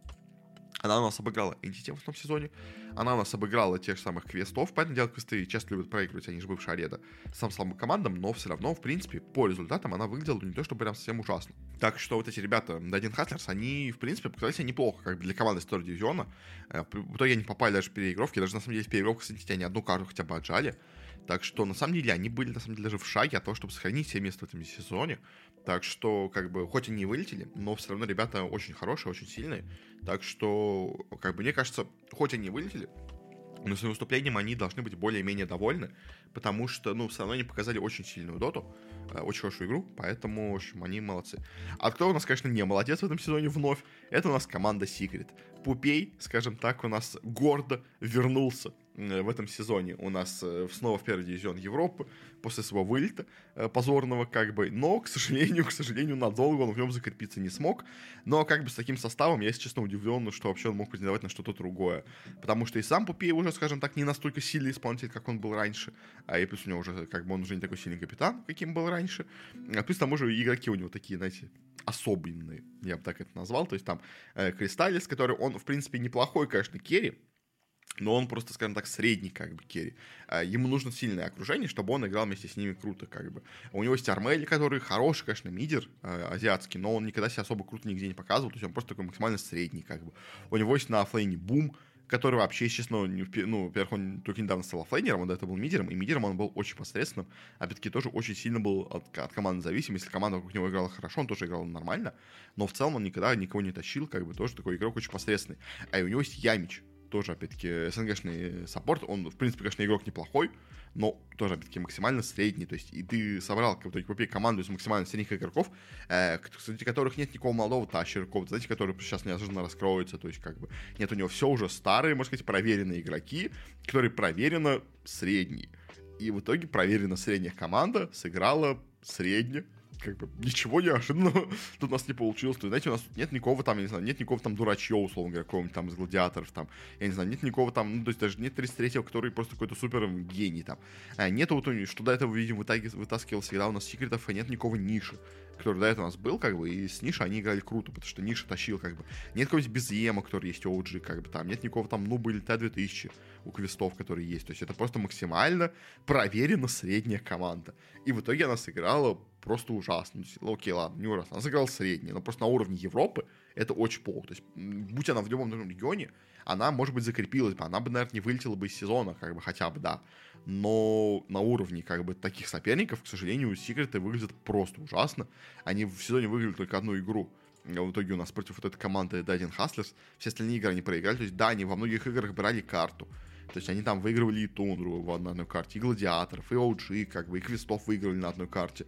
Она у нас обыграла Entity в том сезоне, она у нас обыграла тех же самых квестов, поэтому делать квесты часто любят проигрывать, они же бывшая ареда, самым слабым командам, но все равно, в принципе, по результатам она выглядела не то, что прям совсем ужасно. Так что вот эти ребята, ди один Hustlers, они, в принципе, показали себя неплохо, как бы для команды второго дивизиона. В итоге они попали даже в переигровки, даже на самом деле в переигровках с Entity они одну карту хотя бы отжали. Так что, на самом деле, они были, на самом деле, даже в шаге от того, чтобы сохранить себе место в этом сезоне. Так что, как бы, хоть они и вылетели, но все равно ребята очень хорошие, очень сильные. Так что, как бы, мне кажется, хоть они и вылетели, но своим выступлением они должны быть более-менее довольны, потому что, ну, все равно они показали очень сильную доту, очень хорошую игру, поэтому, в общем, они молодцы. А кто у нас, конечно, не молодец в этом сезоне вновь, это у нас команда Secret. Пупей, скажем так, у нас гордо вернулся в этом сезоне у нас снова в первый дивизион Европы после своего вылета позорного, как бы, но, к сожалению, к сожалению, надолго он в нем закрепиться не смог, но, как бы, с таким составом я, если честно, удивлен, что вообще он мог претендовать на что-то другое, потому что и сам Пупей уже, скажем так, не настолько сильный исполнитель, как он был раньше, а и плюс у него уже, как бы, он уже не такой сильный капитан, каким был раньше, а плюс там уже игроки у него такие, знаете, особенные, я бы так это назвал, то есть там э, Кристаллис, который, он, в принципе, неплохой, конечно, керри, но он просто, скажем так, средний, как бы, керри. Ему нужно сильное окружение, чтобы он играл вместе с ними круто, как бы. У него есть Армели, который хороший, конечно, мидер э, азиатский, но он никогда себя особо круто нигде не показывал, то есть он просто такой максимально средний, как бы. У него есть на оффлейне Бум, который вообще, если честно, ну, во-первых, он только недавно стал оффлейнером, он до этого был мидером, и мидером он был очень посредственным, опять-таки тоже очень сильно был от, от команды зависим, если команда вокруг него играла хорошо, он тоже играл нормально, но в целом он никогда никого не тащил, как бы, тоже такой игрок очень посредственный. А и у него есть Ямич, тоже, опять-таки, СНГшный саппорт, он, в принципе, конечно, игрок неплохой, но тоже, опять-таки, максимально средний, то есть, и ты собрал какую-то команду из максимально средних игроков, э, среди которых нет никакого молодого тащера, какого-то, знаете, который сейчас неожиданно раскроется, то есть, как бы, нет, у него все уже старые, можно сказать, проверенные игроки, которые проверенно средние, и в итоге проверенно средняя команда сыграла средне, как бы, ничего неожиданного тут у нас не получилось. То есть, знаете, у нас тут нет никакого там, я не знаю, нет никакого там дурачья, условно говоря, какого-нибудь там из гладиаторов, там, я не знаю, нет никакого там, ну, то есть даже нет тридцать третьего, который просто какой-то супер гений там. А нет вот, что до этого, видим, вытаскивал всегда у нас секретов, и нет никакого ниши, который до этого у нас был, как бы, и с ниши они играли круто, потому что ниша тащил, как бы. Нет какого-нибудь Безема, который есть у о джи, как бы, там, нет никакого там Нуба или Т две тысячи у квестов, которые есть. То есть это просто максимально проверенно средняя команда. И в итоге она сыграла просто ужасно. Ну, окей, ладно, не ужасно. Она сыграла средне, но просто на уровне Европы это очень плохо. То есть, будь она в любом другом регионе, она, может быть, закрепилась бы. Она бы, наверное, не вылетела бы из сезона, как бы, хотя бы, да. Но на уровне, как бы, таких соперников, к сожалению, секреты выглядят просто ужасно. Они в сезоне выиграли только одну игру. В итоге у нас против вот этой команды ди один Hustlers все остальные игры они проиграли. То есть, да, они во многих играх брали карту. То есть они там выигрывали и Тундру на одной карте, и Гладиаторов, и о джи, как бы, и Квестов выигрывали на одной карте.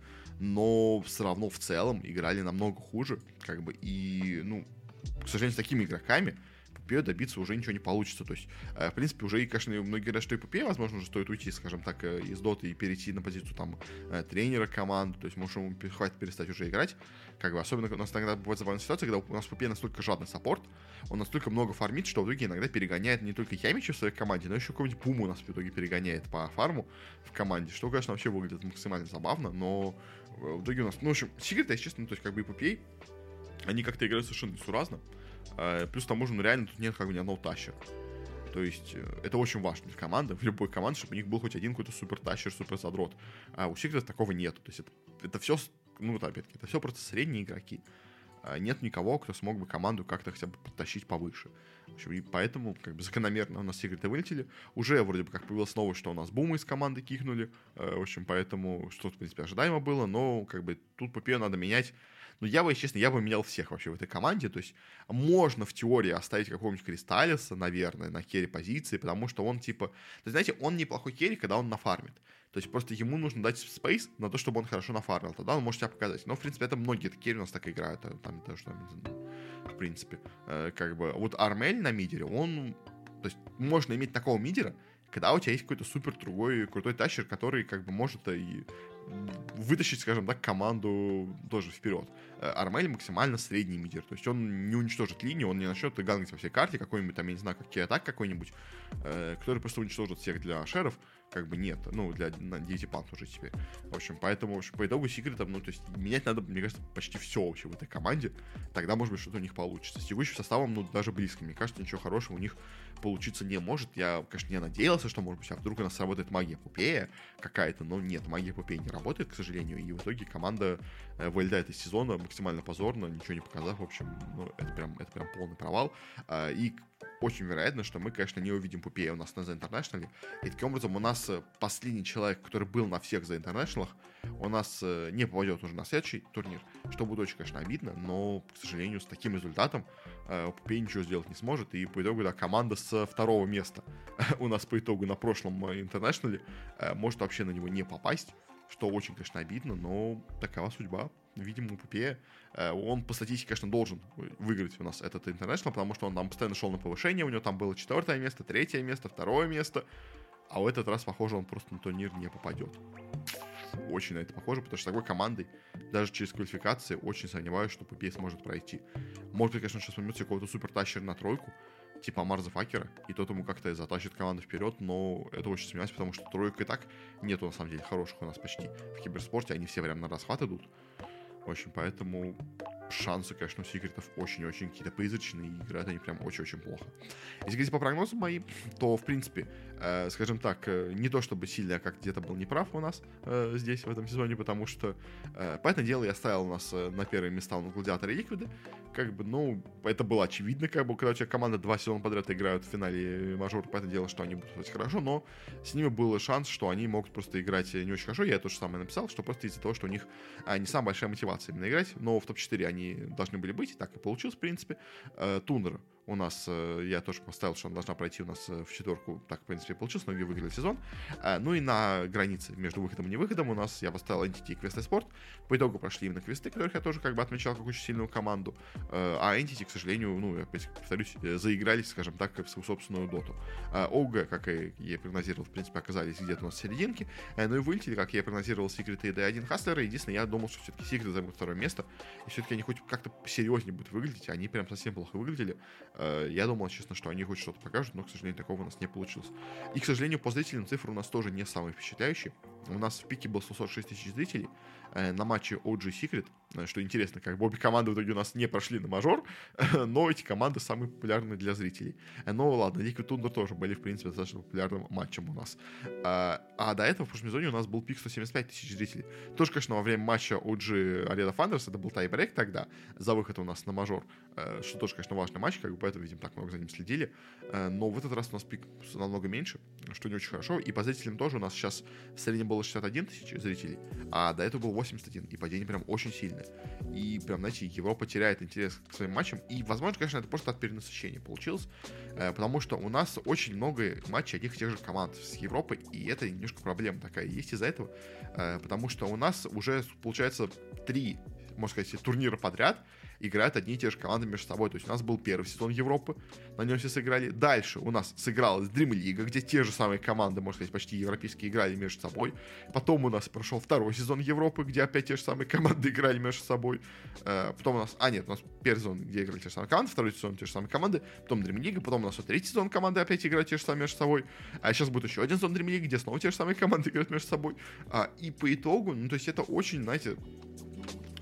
Но все равно в целом играли намного хуже, как бы, и, ну, к сожалению, с такими игроками Пупею добиться уже ничего не получится. То есть, в принципе, уже, и, конечно, многие говорят, что и Пупею, возможно, уже стоит уйти, скажем так, из доты и перейти на позицию там тренера команды. То есть, может, ему хватит перестать уже играть. Как бы, особенно у нас иногда бывает забавная ситуация, когда у нас Пупей настолько жадный саппорт, он настолько много фармит, что в итоге иногда перегоняет не только Ямича в своей команде, но еще какого-нибудь Пуму у нас в итоге перегоняет по фарму в команде, что, конечно, вообще выглядит максимально забавно, но в итоге у нас, ну, в общем, секрет, если честно, то есть, как бы, и Пупей, они как-то играют совершенно несуразно. Плюс к тому же, ну, реально тут нет как бы ни одного тащера. То есть это очень важно для команды, в любой команде, чтобы у них был хоть один какой-то супер тащер, супер задрот. А у Secret такого нету. То есть это, это все, ну, вот опять-таки, это все просто средние игроки. нет никого, кто смог бы команду как-то хотя бы подтащить повыше. В общем, и поэтому, как бы, закономерно у нас секреты вылетели. Уже вроде бы как появилось новость, что у нас бумы из команды кикнули. В общем, поэтому что-то, в принципе, ожидаемо было, но, как бы, тут Попею надо менять. Но я бы, если честно, я бы менял всех вообще в этой команде. То есть можно в теории оставить какого-нибудь Кристаллиса, наверное, на керри-позиции, потому что он, типа... То есть, знаете, он неплохой керри, когда он нафармит. То есть просто ему нужно дать спейс на то, чтобы он хорошо нафармил. Тогда он может себя показать. Но, в принципе, это многие керри у нас так играют. Там тоже, в принципе, э, как бы... Вот Армель на мидере, он... То есть можно иметь такого мидера, когда у тебя есть какой-то супер другой крутой тащер, который как бы может и вытащить, скажем так, команду тоже вперед. Армель максимально средний мидер, то есть он не уничтожит линию, он не начнет ганить по всей карте какой-нибудь, там, я не знаю, как Киатак какой-нибудь, э, который просто уничтожит всех для шеров, как бы нет, ну, для девяти пант уже теперь. В общем, поэтому, в общем, по итогу секретом, ну, то есть менять надо, мне кажется, почти все вообще в этой команде, тогда, может быть, что-то у них получится. С текущим составом, ну, даже близко, мне кажется, ничего хорошего у них получиться не может. Я, конечно, не надеялся, что, может быть, а вдруг у нас сработает магия Попея какая-то, но нет, магия Попея не работает, к сожалению, и в итоге команда э, вылетает из сезона максимально позорно, ничего не показав, в общем, ну, это прям, это прям полный провал, а, и очень вероятно, что мы, конечно, не увидим Попея у нас на The International, и таким образом у нас последний человек, который был на всех The International, у нас э, не попадет уже на следующий турнир, что будет очень, конечно, обидно, но, к сожалению, с таким результатом э, Попей ничего сделать не сможет, и по итогу, да, команда с второго места у нас по итогу на прошлом Интернешнале э, может вообще на него не попасть, что очень, конечно, обидно, но такова судьба. Видимо, у Попея э, он по статистике, конечно, должен выиграть у нас этот Интернешнл, потому что он там постоянно шел на повышение, у него там было четвертое место, третье место, второе место, а в этот раз, похоже, он просто на турнир не попадет. Очень на это похоже, потому что с такой командой, даже через квалификации, очень сомневаюсь, что Попей сможет пройти. Может быть, конечно, он сейчас возьмет себе какого-то супер-тащера на тройку, типа Марза Факера, и тот ему как-то затащит команду вперед, но это очень сомневаюсь, потому что троек и так нету, на самом деле, хороших у нас почти в киберспорте, они все прям на расхват идут. В общем, поэтому шансы, конечно, у секретов очень-очень какие-то призрачные, и играют они прям очень-очень плохо. Если говорить по прогнозам моим, то, в принципе, э, скажем так, э, не то чтобы сильно как где-то был неправ у нас э, здесь, в этом сезоне, потому что, э, понятное дело, я ставил у нас э, на первые места у Гладиатора и Ликвиды, как бы, ну, это было очевидно, как бы, когда у тебя команда два сезона подряд играют в финале мажора, понятное дело, что они будут играть хорошо, но с ними был шанс, что они могут просто играть не очень хорошо, я то же самое написал, что просто из-за того, что у них а, не самая большая мотивация именно играть, но в топ четыре они должны были быть, и так и получилось, в принципе. Тундра у нас, я тоже поставил, что она должна пройти у нас в четверку, так, в принципе, получилось, но где выиграли сезон. Ну и на границе между выходом и невыходом у нас я поставил Entity и Quest Sport. По итогу прошли именно квесты, которых я тоже как бы отмечал как очень сильную команду. А Entity, к сожалению, ну, я опять повторюсь, заигрались, скажем так, в свою собственную доту. ОГ, как и я прогнозировал, в принципе, оказались где-то у нас в серединке. Ну и вылетели, как я прогнозировал, Секреты и ди один Хаслеры. Единственное, я думал, что все-таки Секреты займут второе место, и все-таки они хоть как-то серьезнее будут выглядеть, они прям совсем плохо выглядели. Я думал, честно, что они хоть что-то покажут, но, к сожалению, такого у нас не получилось. И, к сожалению, по зрительным цифрам у нас тоже не самые впечатляющие. У нас в пике было сто сорок шесть тысяч зрителей на матче о джи Secret, что интересно, как бы обе команды в итоге у нас не прошли на мажор, но эти команды самые популярные для зрителей. Но ладно, Liquid Thunder тоже были, в принципе, достаточно популярным матчем у нас. А, а до этого в прошлом сезоне у нас был пик сто семьдесят пять тысяч зрителей. Тоже, конечно, во время матча о джи Arena Thunders, это был тайбрейк тогда, за выход у нас на мажор, что тоже, конечно, важный матч, как бы поэтому, видимо, так много за ним следили. Но в этот раз у нас пик намного меньше, что не очень хорошо. И по зрителям тоже у нас сейчас в среднем было шестьдесят один тысяч зрителей, а до этого был восемьдесят один, и падение прям очень сильное. И прям, знаете, Европа теряет интерес к своим матчам, и, возможно, конечно, это просто от перенасыщения получилось, потому что у нас очень много матчей одних и тех же команд с Европой, и это немножко проблема такая есть из-за этого, потому что у нас уже, получается, три, можно сказать, турнира подряд играют одни и те же команды между собой. То есть у нас был первый сезон Европы, на нем все сыграли. Дальше у нас сыгралась Dream League, где те же самые команды, можно сказать, почти европейские играли между собой. Потом у нас прошел второй сезон Европы, где опять те же самые команды играли между собой. Потом у нас... А, нет, у нас первый сезон, где играли те же самые команды, второй сезон те же самые команды, потом Dream League, потом у нас вот третий сезон команды опять играют те же самые между собой. А сейчас будет еще один сезон Dream League, где снова те же самые команды играют между собой. И по итогу, ну, то есть это очень, знаете...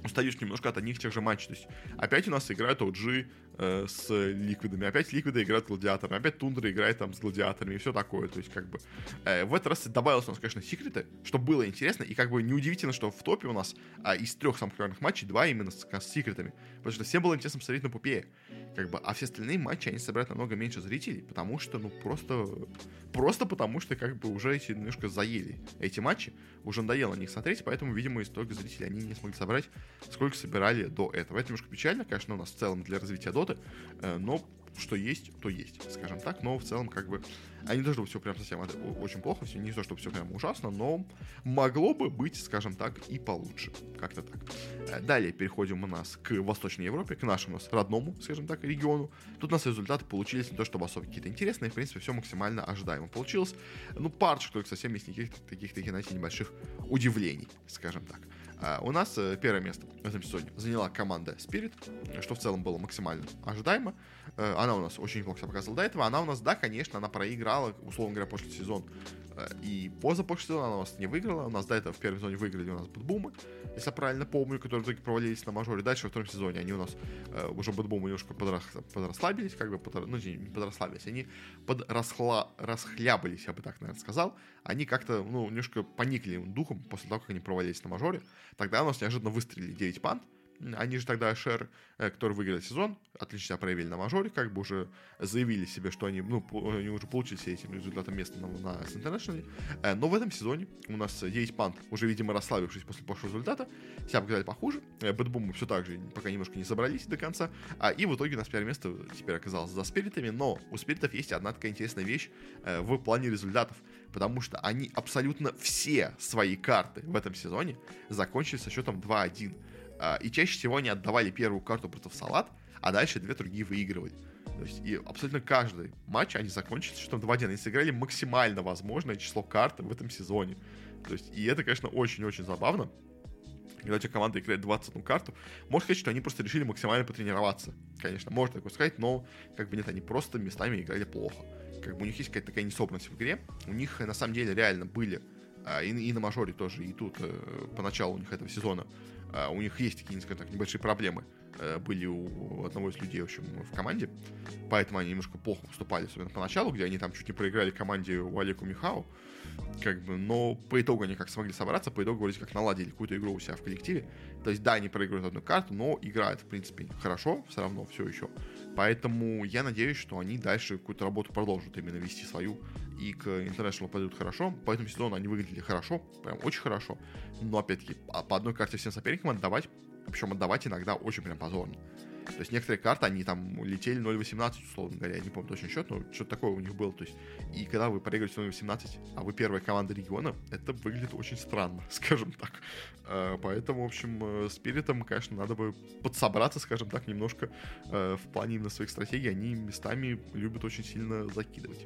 устаешь немножко от одних тех же матчей. То есть опять у нас играют о джи э, с Ликвидами, опять Ликвиды играют с Гладиаторами, опять Тундра играет там с Гладиаторами и все такое. То есть как бы э, в этот раз добавилось у нас, конечно, секреты, что было интересно, и как бы неудивительно, что в топе у нас а, из трех самых популярных матчей два именно с, с секретами, потому что всем было интересно посмотреть на Пупея. Как бы, а все остальные матчи, они собирают намного меньше зрителей, потому что, ну, просто, просто потому что, как бы, уже эти немножко заели эти матчи, уже надоело на них смотреть, поэтому, видимо, и столько зрителей они не смогли собрать, сколько собирали до этого. Это немножко печально, конечно, у нас в целом для развития доты, но что есть, то есть, скажем так, но в целом, как бы, а не то, чтобы все прям совсем очень плохо, все не то, чтобы все прям ужасно, но могло бы быть, скажем так, и получше, как-то так. Далее переходим у нас к Восточной Европе, к нашему у нас родному, скажем так, региону. Тут у нас результаты получились не то, чтобы особо какие-то интересные, в принципе, все максимально ожидаемо получилось. Ну, парочку только совсем есть никаких таких, таких, знаете, небольших удивлений, скажем так. Uh, у нас uh, первое место в этом сезоне заняла команда Spirit, что в целом было максимально ожидаемо. Uh, она у нас очень неплохо себя показывала до этого. Она у нас, да, конечно, она проиграла, условно говоря, прошлый сезон. Uh, и позапрошлый сезон она у нас не выиграла. У нас до этого в первом сезоне выиграли у нас Бэтбумы, если я правильно помню, которые в итоге провалились на мажоре. Дальше во втором сезоне они у нас uh, уже Бэтбумы немножко подрас... подрасслабились, как бы, подр... ну, не подрасслабились, они подрасхла... расхлябались, я бы так, наверное, сказал. Они как-то, ну, немножко поникли духом после того, как они провалились на мажоре. Тогда у нас неожиданно выстрелили девять панд. Они же тогда Шер, которые выиграли сезон, отлично себя проявили на мажоре, как бы уже заявили себе, что они, ну, они уже получили все этим результатом места на, на International. Но в этом сезоне у нас девять панд, уже, видимо, расслабившись после прошлого результата, себя показали похуже. Бэтбумы все так же пока немножко не собрались до конца. И в итоге у нас первое место теперь оказалось за Спиритами. Но у Спиритов есть одна такая интересная вещь в плане результатов. Потому что они абсолютно все свои карты в этом сезоне закончили со счетом два один. И чаще всего они отдавали первую карту против Салат, а дальше две другие выигрывали. То есть, и абсолютно каждый матч они закончили со счетом два один. Они сыграли максимально возможное число карт в этом сезоне. То есть, и это, конечно, очень-очень забавно. Когда у тебя команда играет двадцать одну карту, можно сказать, что они просто решили максимально потренироваться. Конечно, можно такое сказать, но как бы нет, они просто местами играли плохо. Как бы у них есть какая-то такая несобранность в игре. У них на самом деле реально были, и, и на мажоре тоже, и тут поначалу у них этого сезона, у них есть такие, скажем так, небольшие проблемы были у одного из людей, в общем, в команде. Поэтому они немножко плохо выступали, особенно поначалу, где они там чуть не проиграли команде у Алеку Михау. Как бы, но по итогу они как смогли собраться, по итогу вроде как наладили какую-то игру у себя в коллективе. То есть, да, они проигрывают одну карту, но играют, в принципе, хорошо, все равно, все еще. Поэтому я надеюсь, что они дальше какую-то работу продолжат именно вести свою, и к International пойдут хорошо. По этому сезону они выглядели хорошо, прям очень хорошо. Но, опять-таки, по одной карте всем соперникам отдавать, причем отдавать иногда очень прям позорно. То есть некоторые карты, они там летели ноль восемнадцать, условно говоря, я не помню точный счет, но что-то такое у них было. То есть, и когда вы проигрываете ноль восемнадцать, а вы первая команда региона, это выглядит очень странно, скажем так. Поэтому, в общем, Спиритам, конечно, надо бы подсобраться, скажем так, немножко в плане именно своих стратегий. Они местами любят очень сильно закидывать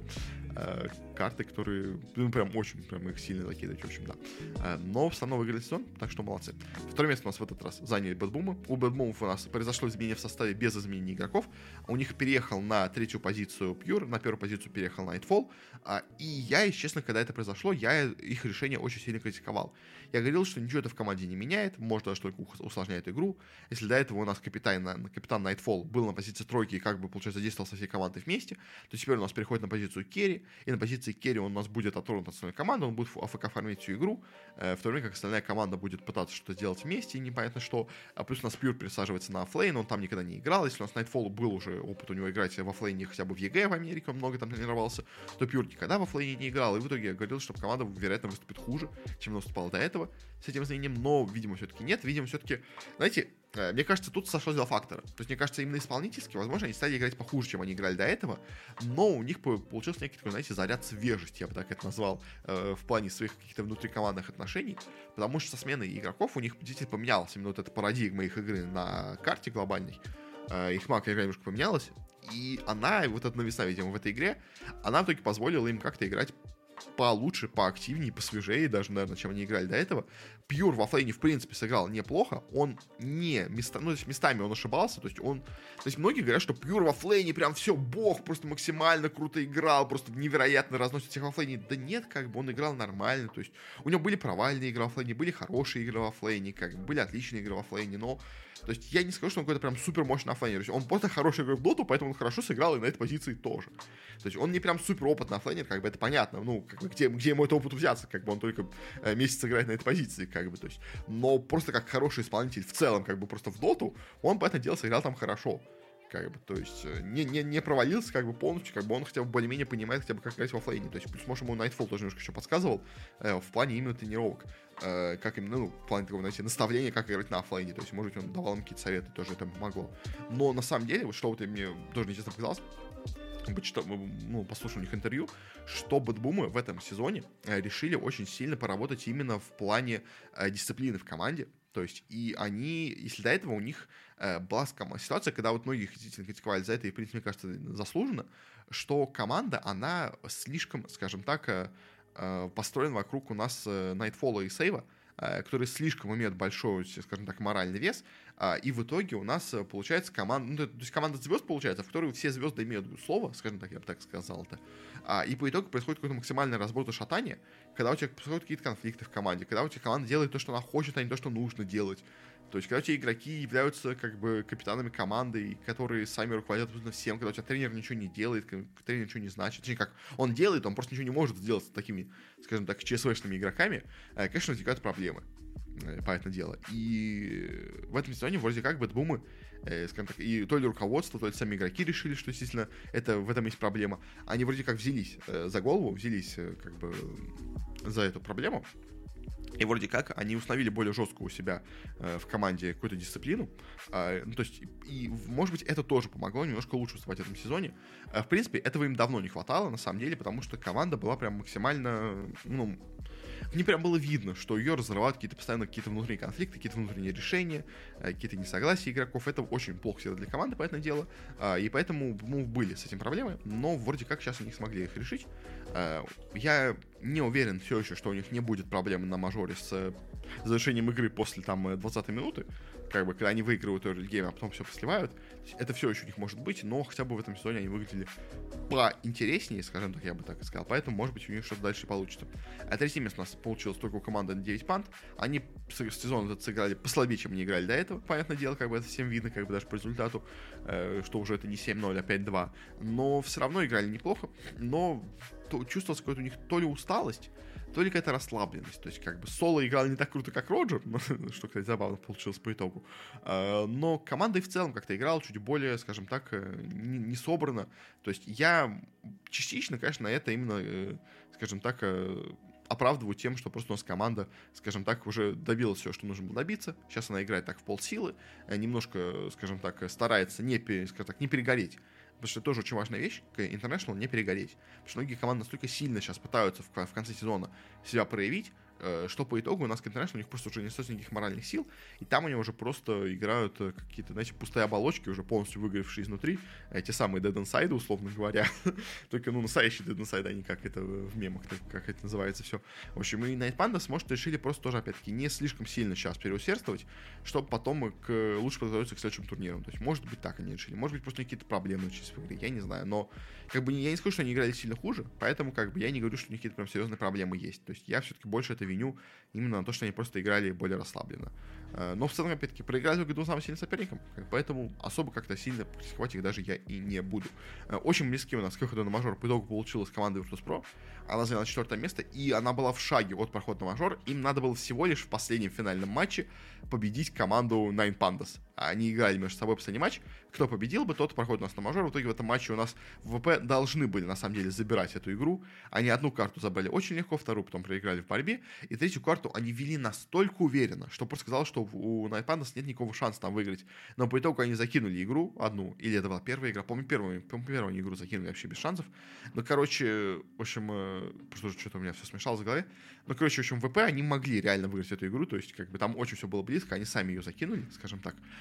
карты, которые, ну, прям очень прям их сильно закидывать, в общем, да. Но все равно выиграли сезон, так что молодцы. Второе место у нас в этот раз заняли Бэтбумы. У Бэтбумов у нас произошло изменение в составе без изменений игроков. У них переехал на третью позицию Pure, на первую позицию переехал Nightfall. И я, если честно, когда это произошло, я их решение очень сильно критиковал. Я говорил, что ничего это в команде не меняет, может даже только усложняет игру. Если до этого у нас капитан, капитан Nightfall был на позиции тройки и как бы, получается, действовал со всей командой вместе, то теперь у нас переходит на позицию керри, и на позиции керри он у нас будет оторван от основной команды, он будет АФК фармить всю игру, в то время как остальная команда будет пытаться что-то сделать вместе, и непонятно что. А плюс у нас Pure пересаживается на оффлейн, он там никогда не играл. Если у нас Nightfall был уже опыт у него играть в оффлейне хотя бы в ЕГЭ в Америке, он много там тренировался, то Pure никогда в оффлейне не играл, и в итоге я говорил, что команда, вероятно, выступит хуже, чем она выступала до этого с этим изменением, но, видимо, все-таки нет, видимо, все-таки, знаете, мне кажется, тут сошло два фактора. То есть, мне кажется, именно исполнительски, возможно, они стали играть похуже, чем они играли до этого, но у них получился некий такой, знаете, заряд свежести, я бы так это назвал, э, в плане своих каких-то внутрикомандных отношений, потому что со сменой игроков у них действительно поменялась именно вот эта парадигма их игры на карте глобальной. Э, их макро игра немножко поменялась, и она, вот эта новизна, видимо, в этой игре, она в итоге позволила им как-то играть получше, поактивнее, посвежее даже, наверное, чем они играли до этого. Пьюр во флейне, в принципе, сыграл неплохо. Он не... Места, ну, то есть местами он ошибался. То есть он... То есть многие говорят, что Пьюр во флейне прям все, бог, просто максимально круто играл, просто невероятно разносит всех во флейне. Да нет, как бы он играл нормально. То есть у него были провальные игры во флейне, были хорошие игры во флейне, как бы были отличные игры во флейне, но... То есть я не скажу, что он какой-то прям супер мощный на флейне. То есть он просто хороший игрок в доту, поэтому он хорошо сыграл и на этой позиции тоже. То есть он не прям супер опытный оффлейнер, как бы это понятно. Ну, как бы где, где ему это опыт взяться, как бы он только э, месяц играет на этой позиции, как бы, то есть. Но просто как хороший исполнитель в целом, как бы просто в доту, он, понятное дело, сыграл там хорошо. Как бы, то есть, не, не, не провалился, как бы, полностью, как бы, он хотя бы более-менее понимает, хотя бы, как играть во флейне. То есть, плюс, может, ему Nightfall тоже немножко еще подсказывал э, в плане именно тренировок. Э, как именно, ну, в плане такого, знаете, наставления, как играть на оффлейне. То есть, может быть, он давал им какие-то советы, тоже это помогло. Но, на самом деле, вот что вот мне тоже нечестно показалось, почитал, ну, послушал у них интервью, что Бэтбумы в этом сезоне э, решили очень сильно поработать именно в плане э, дисциплины в команде. То есть, и они, если до этого у них э, была ситуация, когда вот многие действительно критиковали за это, и, в принципе, мне кажется, заслуженно, что команда, она слишком, скажем так, э, э, построена вокруг у нас э, Nightfall и Сейва, э, которые слишком имеют большой, скажем так, моральный вес, э, и в итоге у нас э, получается команда, ну, то есть команда звезд получается, в которой все звезды имеют слово, скажем так, я бы так сказал это, а, и по итогу происходит какой-то максимальный разброд и шатание, когда у тебя происходят какие-то конфликты в команде, когда у тебя команда делает то, что она хочет, а не то, что нужно делать. То есть, когда у тебя игроки являются как бы капитанами команды, которые сами руководят абсолютно всем, когда у тебя тренер ничего не делает, тренер ничего не значит, точнее, как он делает, он просто ничего не может сделать с такими, скажем так, ЧСВшными игроками, конечно, возникают проблемы, понятное дело. И в этом сезоне вроде как Бэтбумы, скажем так, и то ли руководство, то ли сами игроки решили, что, естественно, это, в этом есть проблема. Они вроде как взялись за голову, взялись как бы за эту проблему. И вроде как они установили более жесткую у себя э, в команде какую-то дисциплину. Э, ну, то есть, и, может быть, это тоже помогло немножко лучше выступать в этом сезоне. Э, в принципе, этого им давно не хватало, на самом деле, потому что команда была прям максимально, ну, не прям было видно, что ее разрывают какие-то постоянно какие-то внутренние конфликты, какие-то внутренние решения, э, какие-то несогласия игроков. Это очень плохо всегда для команды, понятное дело. Э, и поэтому, ну, были с этим проблемы, но вроде как сейчас они смогли их решить. Э, я не уверен все еще, что у них не будет проблемы на мажоре с э, завершением игры после там двадцатой минуты, как бы, когда они выигрывают early game, а потом все посливают. Это все еще у них может быть, но хотя бы в этом сезоне они выглядели поинтереснее, скажем так, я бы так и сказал, поэтому, может быть, у них что-то дальше получится. А третье место у нас получилось только у команды на девять пант. Они сезон этот сыграли послабее, чем они играли до этого, понятное дело, как бы это всем видно, как бы даже по результату, э, что уже это не семь ноль, а пять два, но все равно играли неплохо, но то, чувствовалось какая-то у них то ли усталость, то ли какая-то расслабленность. То есть, как бы, Соло играл не так круто, как Роджер, что, кстати, забавно получилось по итогу. Но команда и в целом как-то играла чуть более, скажем так, не, не собрано. То есть, я частично, конечно, это именно, скажем так, оправдываю тем, что просто у нас команда, скажем так, уже добилась всего, что нужно было добиться. Сейчас она играет так в полсилы, немножко, скажем так, старается не, скажем так, не перегореть. Потому что это тоже очень важная вещь, к International не перегореть. Потому что многие команды настолько сильно сейчас пытаются в, в конце сезона себя проявить, что по итогу у нас к International у них просто уже не остается никаких моральных сил, и там они уже просто играют какие-то, знаете, пустые оболочки, уже полностью выгоревшие изнутри, те самые Dead Inside, условно говоря, только, ну, настоящие Dead Inside, а не как это в мемах, как это называется все. В общем, и Night Pandas, может, решили просто тоже, опять-таки, не слишком сильно сейчас переусердствовать, чтобы потом к, лучше подготовиться к следующим турнирам. То есть, может быть, так они решили, может быть, просто какие-то проблемы начались в игре, я не знаю, но, как бы, я не скажу, что они играли сильно хуже, поэтому, как бы, я не говорю, что у них какие-то прям серьезные проблемы есть. То есть, я все-таки больше это виню именно на то, что они просто играли более расслабленно. Но в целом, опять-таки, проиграли только двум самым сильным соперникам, поэтому особо как-то сильно критиковать их даже я и не буду. Очень близки у нас к выходу на мажор по итогу получилась команда Virtus.pro. Она заняла четвертое место, и она была в шаге от прохода на мажор. Им надо было всего лишь в последнем финальном матче победить команду Nine Pandas. Они играли между собой последний матч. Кто победил бы, тот проходит у нас на мажор. В итоге в этом матче у нас в ВП должны были, на самом деле, забирать эту игру. Они одну карту забрали очень легко, вторую потом проиграли в борьбе. И третью карту они вели настолько уверенно, что просто сказал, что у Nine Pandas нет никакого шанса там выиграть. Но по итогу они закинули игру одну. Или это была первая игра. Помню, первую, помню, первую они игру закинули вообще без шансов. Ну, короче, в общем, просто что-то у меня все смешалось в голове. Ну, короче, в общем, ВП они могли реально выиграть эту игру. То есть, как бы там очень все было близко. Они сами ее закинули, скажем так.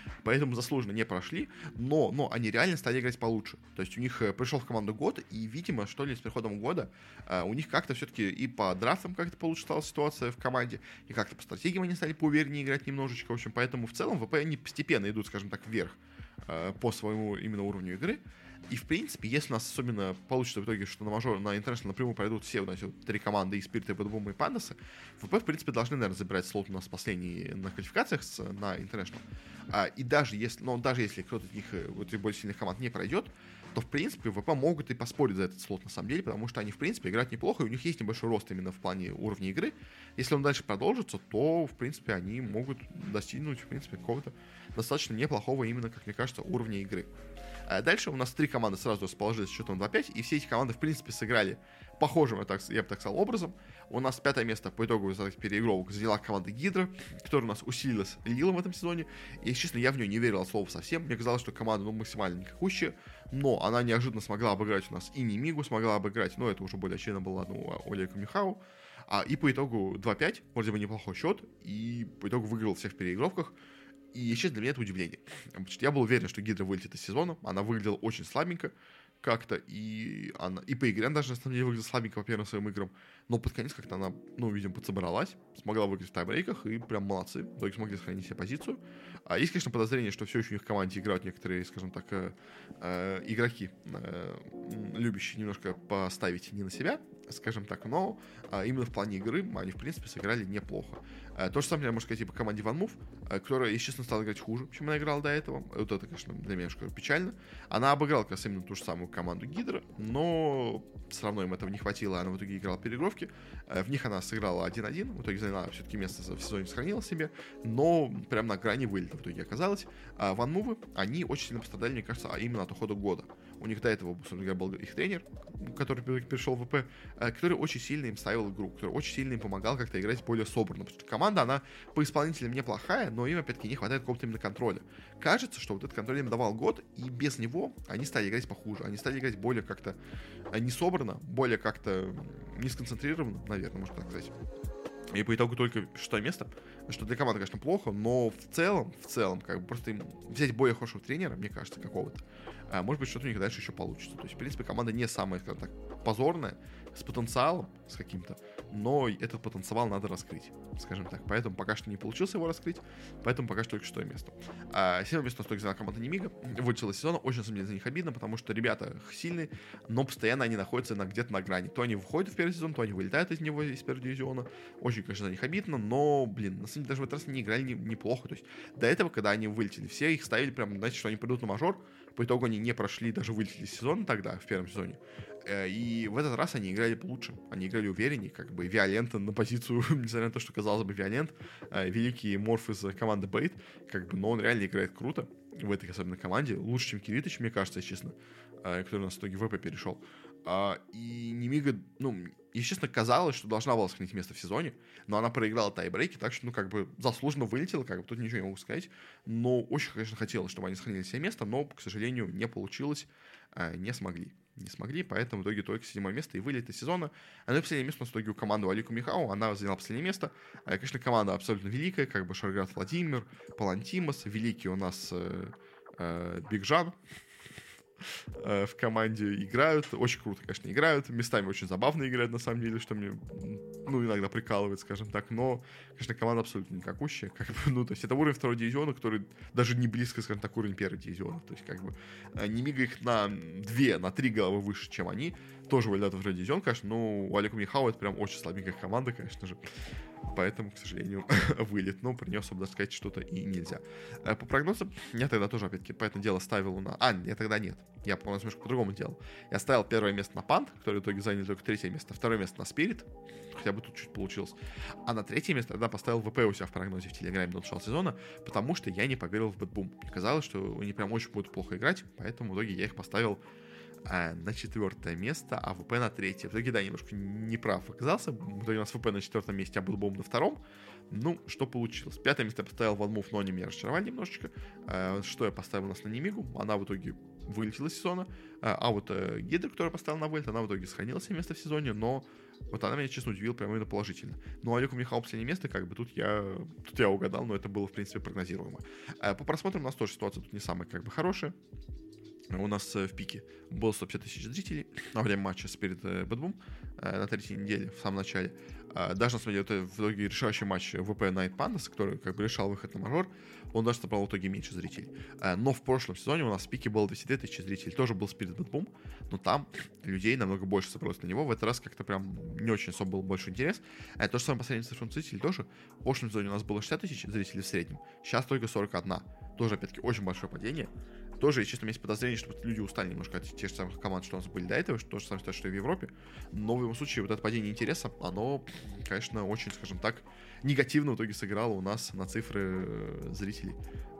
поэтому заслуженно не прошли, но, но они реально стали играть получше. То есть у них пришел в команду год, и, видимо, что ли, с приходом года у них как-то все-таки и по драфтам как-то получше стала ситуация в команде, и как-то по стратегиям они стали поувереннее играть немножечко, в общем, поэтому в целом ВП они постепенно идут, скажем так, вверх по своему именно уровню игры. И, в принципе, если у нас особенно получится в итоге, что на мажор, на International напрямую пройдут все вот эти вот три команды, и Спириты, и Бэтбум, и Пандасы, ВП, в принципе, должны, наверное, забирать слот у нас последний на квалификациях с, на International. А, и даже если, ну, даже если кто-то из них, вот из более сильных команд не пройдет, то, в принципе, ВП могут и поспорить за этот слот, на самом деле, потому что они, в принципе, играют неплохо, и у них есть небольшой рост именно в плане уровня игры. Если он дальше продолжится, то, в принципе, они могут достигнуть, в принципе, какого-то достаточно неплохого, именно, как мне кажется, уровня игры. А дальше у нас три команды сразу расположились с счетом два пять, и все эти команды, в принципе, сыграли похожим, я, так, я бы так сказал, образом. У нас пятое место по итогу из этих переигровок заняла команда Гидра, которая у нас усилилась Лилом в этом сезоне. И, честно, я в нее не верил от слова совсем. Мне казалось, что команда, ну, максимально никакущая, но она неожиданно смогла обыграть у нас и Немигу, смогла обыграть, но это уже более очевидно было, ну, Олега Михау. А, и по итогу два пять, вроде бы неплохой счет, и по итогу выиграл всех в переигровках. И, честно, для меня это удивление. Потому что я был уверен, что Гидра вылетит из сезона. Она выглядела очень слабенько как-то. И, она, и по игре она даже, на самом деле, выглядела слабенько по первым своим играм. Но под конец как-то она, ну, видимо, подсобралась. Смогла выиграть в тайбрейках. И прям молодцы. В итоге смогли сохранить себе позицию. А есть, конечно, подозрение, что все еще у них в команде играют некоторые, скажем так, э, э, игроки, э, любящие немножко поставить не на себя, скажем так. Но э, именно в плане игры они, в принципе, сыграли неплохо. То же самое, можно сказать, и по команде OneMove, которая, если честно, стала играть хуже, чем она играла до этого. Вот это, конечно, для меня немножко печально. Она обыграла, как раз, именно ту же самую команду Гидра, но все равно им этого не хватило, она в итоге играла переигровки. В них она сыграла один один, в итоге заняла все-таки место в сезоне, сохранила себе, но прям на грани вылета в итоге оказалось. А OneMove, они очень сильно пострадали, мне кажется, именно от ухода года. У них до этого, собственно говоря, был их тренер, который перешел в ВП, который очень сильно им ставил игру, который очень сильно им помогал как-то играть более собранно. Потому что команда, она по исполнителям неплохая, но им, опять-таки, не хватает какого-то именно контроля. Кажется, что вот этот контроль им давал год, и без него они стали играть похуже. Они стали играть более как-то не собрано, более как-то не сконцентрированно, наверное, можно так сказать. И по итогу только шестое место, что для команды, конечно, плохо, но в целом, в целом, как бы просто им взять более хорошего тренера, мне кажется, какого-то, а, может быть, что-то у них дальше еще получится. То есть, в принципе, команда не самая, скажем так, позорная, с потенциалом, с каким-то, но этот потенциал надо раскрыть, скажем так. Поэтому пока что не получилось его раскрыть, поэтому пока что только шестое место. А, седьмое место у нас только заняла команда Немига, вылетела из сезона, очень, на самом деле, за них обидно, потому что ребята сильные, но постоянно они находятся на, где-то на грани. То они выходят в первый сезон, то они вылетают из него, из первого дивизиона. Очень, конечно, за них обидно, но, блин, на самом деле, даже в этот раз они играли не, неплохо. То есть до этого, когда они вылетели, все их ставили прям, знаете, что они придут на мажор, по итогу они не прошли, даже вылетели из сезона тогда, в первом сезоне. И в этот раз они играли получше, они играли увереннее, как бы Виолента на позицию, несмотря на то, что казалось бы Виолент, великий морф из команды Бейт, как бы, но он реально играет круто в этой особенно команде, лучше, чем Киритыч, мне кажется, честно, который у нас в итоге в ВП перешел. И Немига, ну, если честно, казалось, что должна была сохранить место в сезоне, но она проиграла тайбрейки, так что, ну, как бы, заслуженно вылетела, как бы, тут ничего не могу сказать, но очень, конечно, хотелось, чтобы они сохранили себе место, но, к сожалению, не получилось, не смогли. Не смогли, поэтому в итоге только седьмое место и вылет из сезона. А ну и последнее место у нас в итоге у команды Алику Михау, она заняла последнее место. А, конечно, команда абсолютно великая, как бы Шарград Владимир, Палантимос, великий у нас э, э, Бигжан э, в команде играют, очень круто, конечно, играют, местами очень забавно играют, на самом деле, что мне, ну, иногда прикалывает, скажем так, но, конечно, команда абсолютно никакущая, как бы, ну, то есть это уровень второго дивизиона, который даже не близко, скажем так, уровень первого дивизиона, то есть, как бы, Немига их на две, на три головы выше, чем они, тоже вылетают в второй дивизион, конечно, но у Алику Михау это прям очень слабенькая команда, конечно же. Поэтому, к сожалению, вылет. Но про нее особо даже сказать что-то и нельзя. По прогнозам, я тогда тоже, опять-таки, по этому делу ставил на... А, я тогда нет. Я, по-моему, немножко по-другому делал. Я ставил первое место на Пант, который в итоге занял только третье место. Второе место на Спирит. Хотя бы тут чуть получилось. А на третье место тогда поставил ВП у себя в прогнозе в Телеграме до начала сезона, потому что я не поверил в Бэтбум. Мне казалось, что они прям очень будут плохо играть, поэтому в итоге я их поставил А, на четвертое место, а ВП на третье. В итоге, да, немножко неправ оказался. В итоге у нас ВП на четвертом месте, а Бэтбум на втором. Ну, что получилось? Пятое место я поставил OneMove, но они меня разочаровали немножечко. А, что я поставил у нас на Немигу? Она в итоге вылетела из сезона. А, а вот э, Гидра, которую я поставил на вылет, она в итоге сохранила себе место в сезоне, но Вот она меня, честно, удивила прямо именно положительно. Ну, Олег Михайлов последнее место, как бы тут я, тут я угадал, но это было, в принципе, прогнозируемо. По просмотрам у нас тоже ситуация тут не самая, как бы, хорошая. У нас в пике было сто пятьдесят тысяч зрителей во время матча Spirit Bad Boom на третьей неделе, в самом начале. Даже, на самом деле, это в итоге решающий матч ви пи Night Pandas, который как бы решал выход на мажор, он даже собрал в итоге меньше зрителей. Но в прошлом сезоне у нас в пике было двести две тысячи зрителей, тоже был Spirit Bad Boom, но там людей намного больше собралось на него. В этот раз как-то прям не очень особо был больше интерес. То же самое по среднему цифрам зрителей тоже. В прошлом сезоне у нас было шестьдесят тысяч зрителей в среднем, сейчас только сорок один. Тоже, опять-таки, очень большое падение. Тоже, честно, есть подозрение, что люди устали немножко от тех же самых команд, что у нас были до этого, что то же самое, что и в Европе. Но в любом случае, вот это падение интереса, оно, конечно, очень, скажем так, негативно в итоге сыграло у нас на цифры зрителей.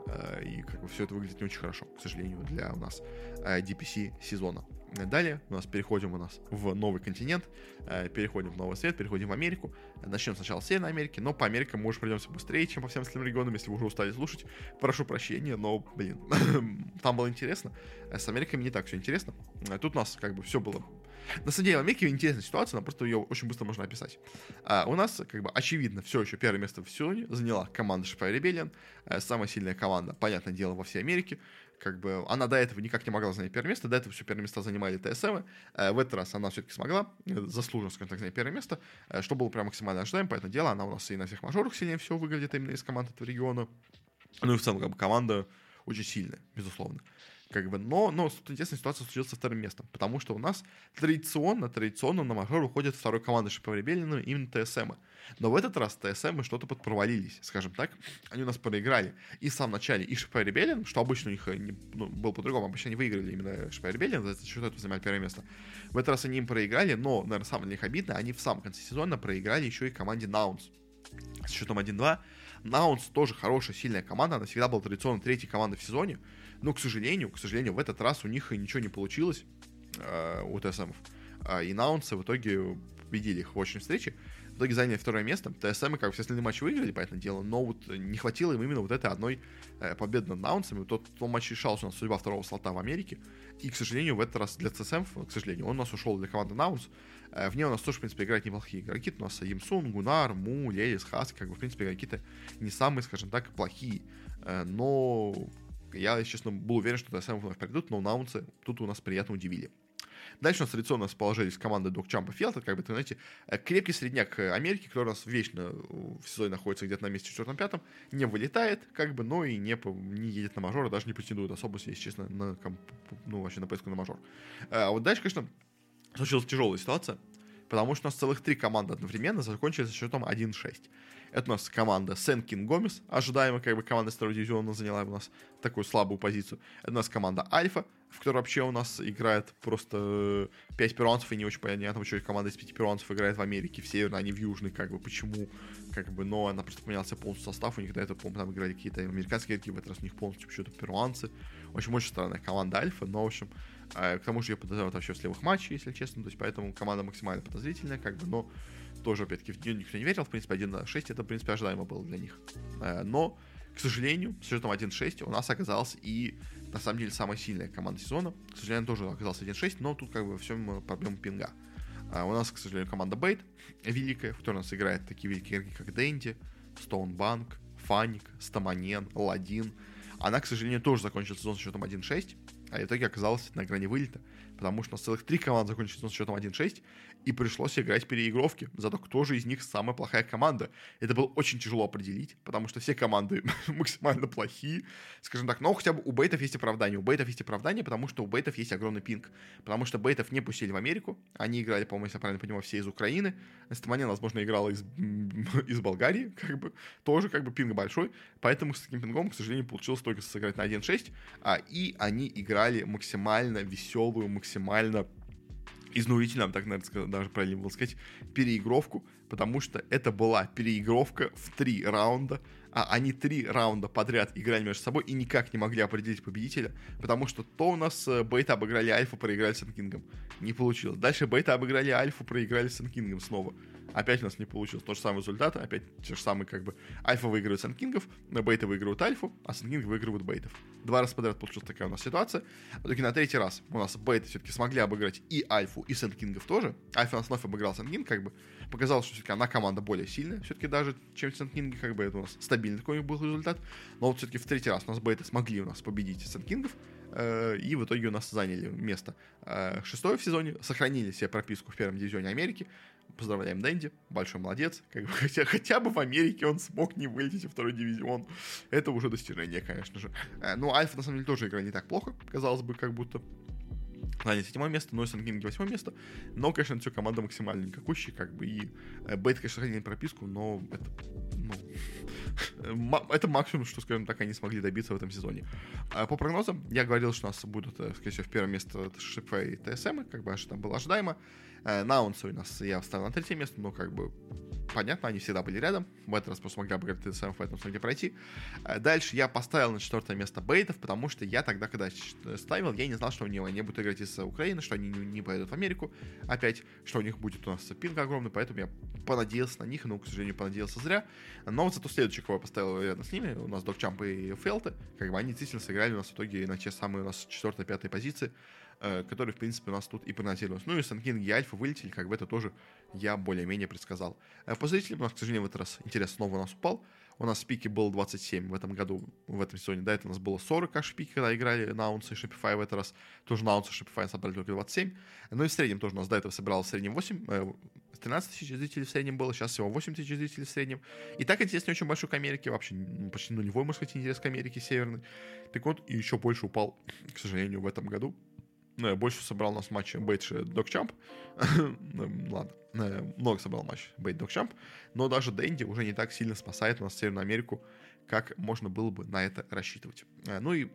И как бы все это выглядит не очень хорошо, к сожалению, для у нас ди пи си сезона. Далее у нас переходим у нас в новый континент, переходим в новый свет, переходим в Америку. Начнем сначала с Северной Америки, но по Америкам мы уже пройдемся быстрее, чем по всем остальным регионам, если вы уже устали слушать. Прошу прощения, но, блин, там было интересно. С Америками не так все интересно. Тут у нас как бы все было... На самом деле, в Америке интересная ситуация, но просто ее очень быстро можно описать. А, у нас, как бы, очевидно, все еще первое место в сезоне заняла команда Chicago Rebellion, самая сильная команда, понятное дело, во всей Америке. Как бы она до этого никак не могла занять первое место, до этого все первые места занимали ти эс эм. В этот раз она все-таки смогла, заслуженно, скажем так, занять первое место, что было прям максимально ожидаемо, поэтому дело, она у нас и на всех мажорах сильнее всего выглядит именно из команд этого региона. Ну и в целом, как бы, команда очень сильная, безусловно. Как бы, но, но интересная ситуация случилась со вторым местом, потому что у нас традиционно, традиционно на мажор уходит второй команда Chicago Rebellion, именно ти эс эм. Но в этот раз ти эс эм что-то подпровалились, скажем так. Они у нас проиграли и в самом начале и Chicago Rebellion, что обычно у них не, ну, было по-другому, обычно они выиграли именно Chicago Rebellion, за счет этого занимали первое место. В этот раз они им проиграли, но, наверное, самое для них обидно, они в самом конце сезона проиграли еще и команде Nouns с счетом один-два. Nouns тоже хорошая, сильная команда, она всегда была традиционно третьей командой в сезоне, но, к сожалению, к сожалению, в этот раз у них ничего не получилось, э, у ти эс эм. Э, и Наунсы в итоге победили их в очной встрече. В итоге заняли второе место. ти эс эм, как все остальные матчи, выиграли, понятное дело, но вот не хватило им именно вот этой одной э, победы над Наунсами. Тот, тот матч решался у нас судьба второго слота в Америке. И, к сожалению, в этот раз для ти эс эм, к сожалению, он у нас ушел для команды Наунс. Э, в ней у нас тоже, в принципе, играют неплохие игроки. У нас Ямсун, Гунар, Му, Лелис, Хаски, как бы, в принципе, какие-то не самые, скажем так, плохие. Э, но... Я, если честно, был уверен, что ти эс эм вновь придут, но Наунсы тут у нас приятно удивили. Дальше у нас традиционно расположились команды Докчамп и Фелд. Это, как бы, знаете, крепкий средняк Америки, который у нас вечно в сезоне находится где-то на месте четвертом-пятом, не вылетает, как бы, но и не, не едет на мажор, даже не претендует особо, если честно, на, ну, вообще на поиск на мажор. А вот дальше, конечно, случилась тяжелая ситуация, потому что у нас целых три команды одновременно закончили со счетом один-шесть. Это у нас команда Сен-Кин Гомес, ожидаемо, как бы, команда второго дивизиона заняла у нас такую слабую позицию. Это у нас команда Альфа, в которой вообще у нас играет просто пять перуанцев, и не очень понятно, почему команда из пяти перуанцев играет в Америке, в Северной, а не в Южной, как бы, почему, как бы, но она просто поменялся полностью состав, у них до этого, по-моему, там играли какие-то американские игроки, в этот раз у них полностью почему-то перуанцы. В общем, очень странная команда Альфа, но, в общем, к тому же я подозреваю вообще в сливых матчей, если честно, то есть поэтому команда максимально подозрительная, как бы, но тоже, опять-таки, в нее никто не верил, в принципе, один-шесть это, в принципе, ожидаемо было для них. Но, к сожалению, с счетом один-шесть у нас оказалась и, на самом деле, самая сильная команда сезона. К сожалению, тоже оказалась один-шесть, но тут, как бы, во всем проблема пинга. У нас, к сожалению, команда Бейт великая, в которой у нас играют такие великие игроки, как Дэнди, Стоунбанк, Фаник, Стаманен, Ладин. Она, к сожалению, тоже закончила сезон с счетом один-шесть, а в итоге оказалась на грани вылета, потому что у нас целых три команды закончили сезон с счетом один-шесть, и пришлось играть переигровки за то, кто же из них самая плохая команда. Это было очень тяжело определить, потому что все команды максимально плохие, скажем так, но хотя бы у Бейтов есть оправдание. У Бейтов есть оправдание, потому что у Бейтов есть огромный пинг, потому что Бейтов не пустили в Америку, они играли, по-моему, если я правильно понимаю, все из Украины, Стаманен, возможно, играла из, из Болгарии, как бы, тоже, как бы, пинг большой, поэтому с таким пингом, к сожалению, получилось только сыграть на один-шесть, а, и они играли максимально веселую, максимально изнурительно, так, наверное, даже правильно было сказать, переигровку, потому что это была переигровка в три раунда, а они три раунда подряд играли между собой и никак не могли определить победителя, потому что то у нас Бейта обыграли Альфу, проиграли Сен-Кингом, не получилось. Дальше Бейта обыграли Альфу, проиграли Сен-Кингом снова, Опять у нас не получилось тот же самый результат. Опять те же самые, как бы, альфа выигрывает Сенкингов, бейты выигрывают альфу, а Сенкинг выигрывают бейтов. Два раза подряд получилась такая у нас ситуация. В итоге на третий раз у нас бейты все-таки смогли обыграть и альфу, и Сенкингов тоже. Альфа нас вновь обыграл Сенкинг, как бы. Показалось, что все-таки она команда более сильная, все-таки даже, чем Сенкинги, как бы это у нас стабильный такой у них был результат. Но вот все-таки в третий раз у нас бейты смогли у нас победить Сенкингов. И в итоге у нас заняли место шестое в сезоне, сохранили себе прописку в первом дивизионе Америки. Поздравляем Дэнди, большой молодец. Как бы, хотя, хотя бы в Америке он смог не вылететь во второй дивизион. Это уже достижение, конечно же. Ну, Альфа, на самом деле, тоже играли не так плохо. Казалось бы, как будто заняли седьмое место, но Сенкинги восьмое место. Но, конечно, это все команда максимально никакущая, как бы, и Бейт, конечно, сохранили прописку, но это, ну, это максимум, что, скажем так, они смогли добиться в этом сезоне. По прогнозам, я говорил, что у нас будут, скорее всего, в первое место Shipway и ти эс эм, как бы, аж там было ожидаемо. Наунсы у нас я вставил на третье место, но, как бы, понятно, они всегда были рядом. В этот раз просто могли обыграть ти эс эм, поэтому смогли пройти. Дальше я поставил на четвертое место Бейтов, потому что я тогда, когда ставил, я не знал, что у него они будут играть из Украины, что они не, не поедут в Америку опять, что у них будет у нас пинг огромный, поэтому я понадеялся на них, но, к сожалению, понадеялся зря. Но вот зато следующий, кого я поставил рядом с ними, у нас Докчамп и Фелты, как бы они действительно сыграли у нас в итоге на те самые у нас четвёртой-пятой позиции, которые, в принципе, у нас тут и прогнозировались. Ну и Сенкинг и Альфа вылетели, как бы это тоже я более-менее предсказал. По зрителям у нас, к сожалению, в этот раз интерес снова у нас упал. У нас в пике было двадцать семь в этом году, в этом сезоне. До этого у нас было сорок аж в пике, когда играли Наунсы и Shopify. В этот раз тоже Наунсы и Shopify собрали только двадцать семь. Ну и в среднем тоже у нас до этого собиралось в среднем восемь, тринадцать тысяч зрителей в среднем было, сейчас всего восемь тысяч зрителей в среднем. И так интерес не очень большой к Америке, вообще почти нулевой, можно сказать, интерес к Америке северной. Так вот, и еще больше упал, к сожалению, в этом году. Ну, больше собрал у нас матч Бейт Докчамп. Ладно, много собрал матч Бейт Докчамп. Но даже Дэнди уже не так сильно спасает у нас Северную Америку, как можно было бы на это рассчитывать. Ну и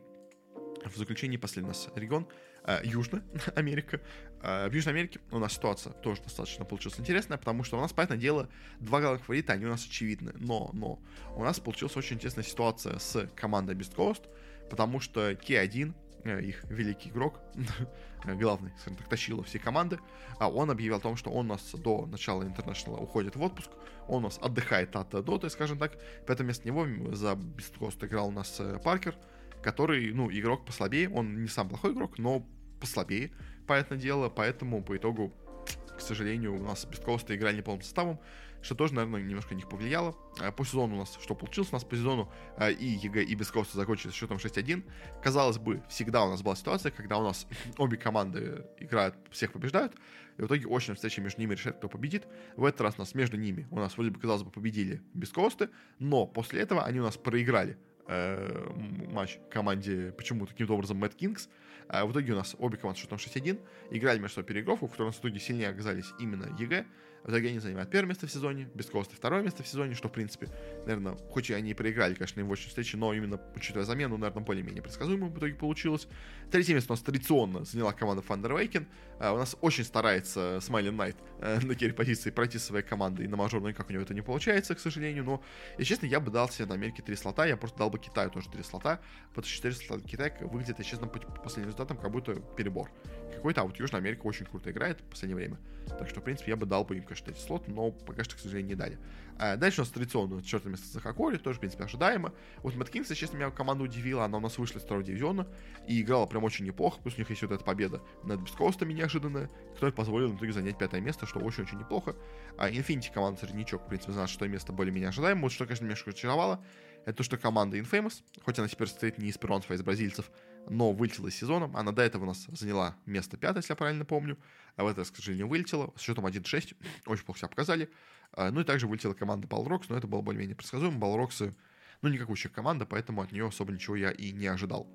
в заключении последний у нас регион Южная Америка. В Южной Америке у нас ситуация тоже достаточно получилась интересная, потому что у нас, понятное дело, два главных фаворита, они у нас очевидны. Но, но у нас получилась очень интересная ситуация с командой Beast Coast, потому что кей один, их великий игрок, главный, скажем так, тащил все команды, а он объявил о том, что он у нас до начала International уходит в отпуск, он у нас отдыхает от доты, скажем так, поэтому вместо него за Beast Coast играл у нас Паркер, который, ну, игрок послабее, он не сам плохой игрок, но послабее, понятное дело, поэтому по итогу, к сожалению, у нас Beast Coast играли неполным составом, что тоже, наверное, немножко на них повлияло. По сезону у нас что получилось? У нас по сезону и ЕГЭ, и Beast Coast закончились счетом шесть один. Казалось бы, всегда у нас была ситуация, когда у нас обе команды играют, всех побеждают, и в итоге очная встреча между ними решает, кто победит. В этот раз у нас между ними, у нас вроде бы, казалось бы, победили Beast Coast, но после этого они у нас проиграли э, матч команде почему-то каким-то образом Mad Kings. А в итоге у нас обе команды счетом шесть один играли между собой переигровку, в которой у нас в итоге сильнее оказались именно ЕГЭ. В итоге они занимают первое место в сезоне, Beast Coast второе место в сезоне, что, в принципе, наверное, хоть и они и проиграли, конечно, им в очной встрече, но именно, учитывая замену, наверное, более-менее предсказуемо в итоге получилось. Третье место у нас традиционно заняла команда Thunder Waken. А, у нас очень старается Smiling Knight э, на керри-позиции пройти своей командой, и на мажор, но никак у него это не получается, к сожалению. Но, если честно, я бы дал себе на Америке три слота, я просто дал бы Китаю тоже три слота, потому что четыре слота Китая выглядит, если честно, по последним результатам, как будто перебор какой-то, а вот Южная Америка очень круто играет в последнее время. Так что, в принципе, я бы дал бы им, конечно, эти слоты, но пока что, к сожалению, не дали. А дальше у нас традиционно четвертое место за Хакори, тоже, в принципе, ожидаемо. Вот Mad Kings, честно, меня команда удивила, она у нас вышла из второго дивизиона и играла прям очень неплохо, плюс у них есть вот эта победа над Beast Coast'ами неожиданная, которая позволила в итоге занять пятое место, что очень-очень неплохо. А Infinity команда среднячок, в принципе, заняла шестое место более-менее ожидаемо. Вот что, конечно, меня разочаровало, это то, что команда Infamous, хоть она теперь состоит не из перуанцев, а из бразильцев, но вылетела из сезона. Она до этого у нас заняла место пятое, если я правильно помню. А в этот раз, к сожалению, вылетела. С счетом один шесть. Очень плохо себя показали. Ну и также вылетела команда Balrogs, но это было более-менее предсказуемо. Balrogs, ну, никакущая команда, поэтому от нее особо ничего я и не ожидал.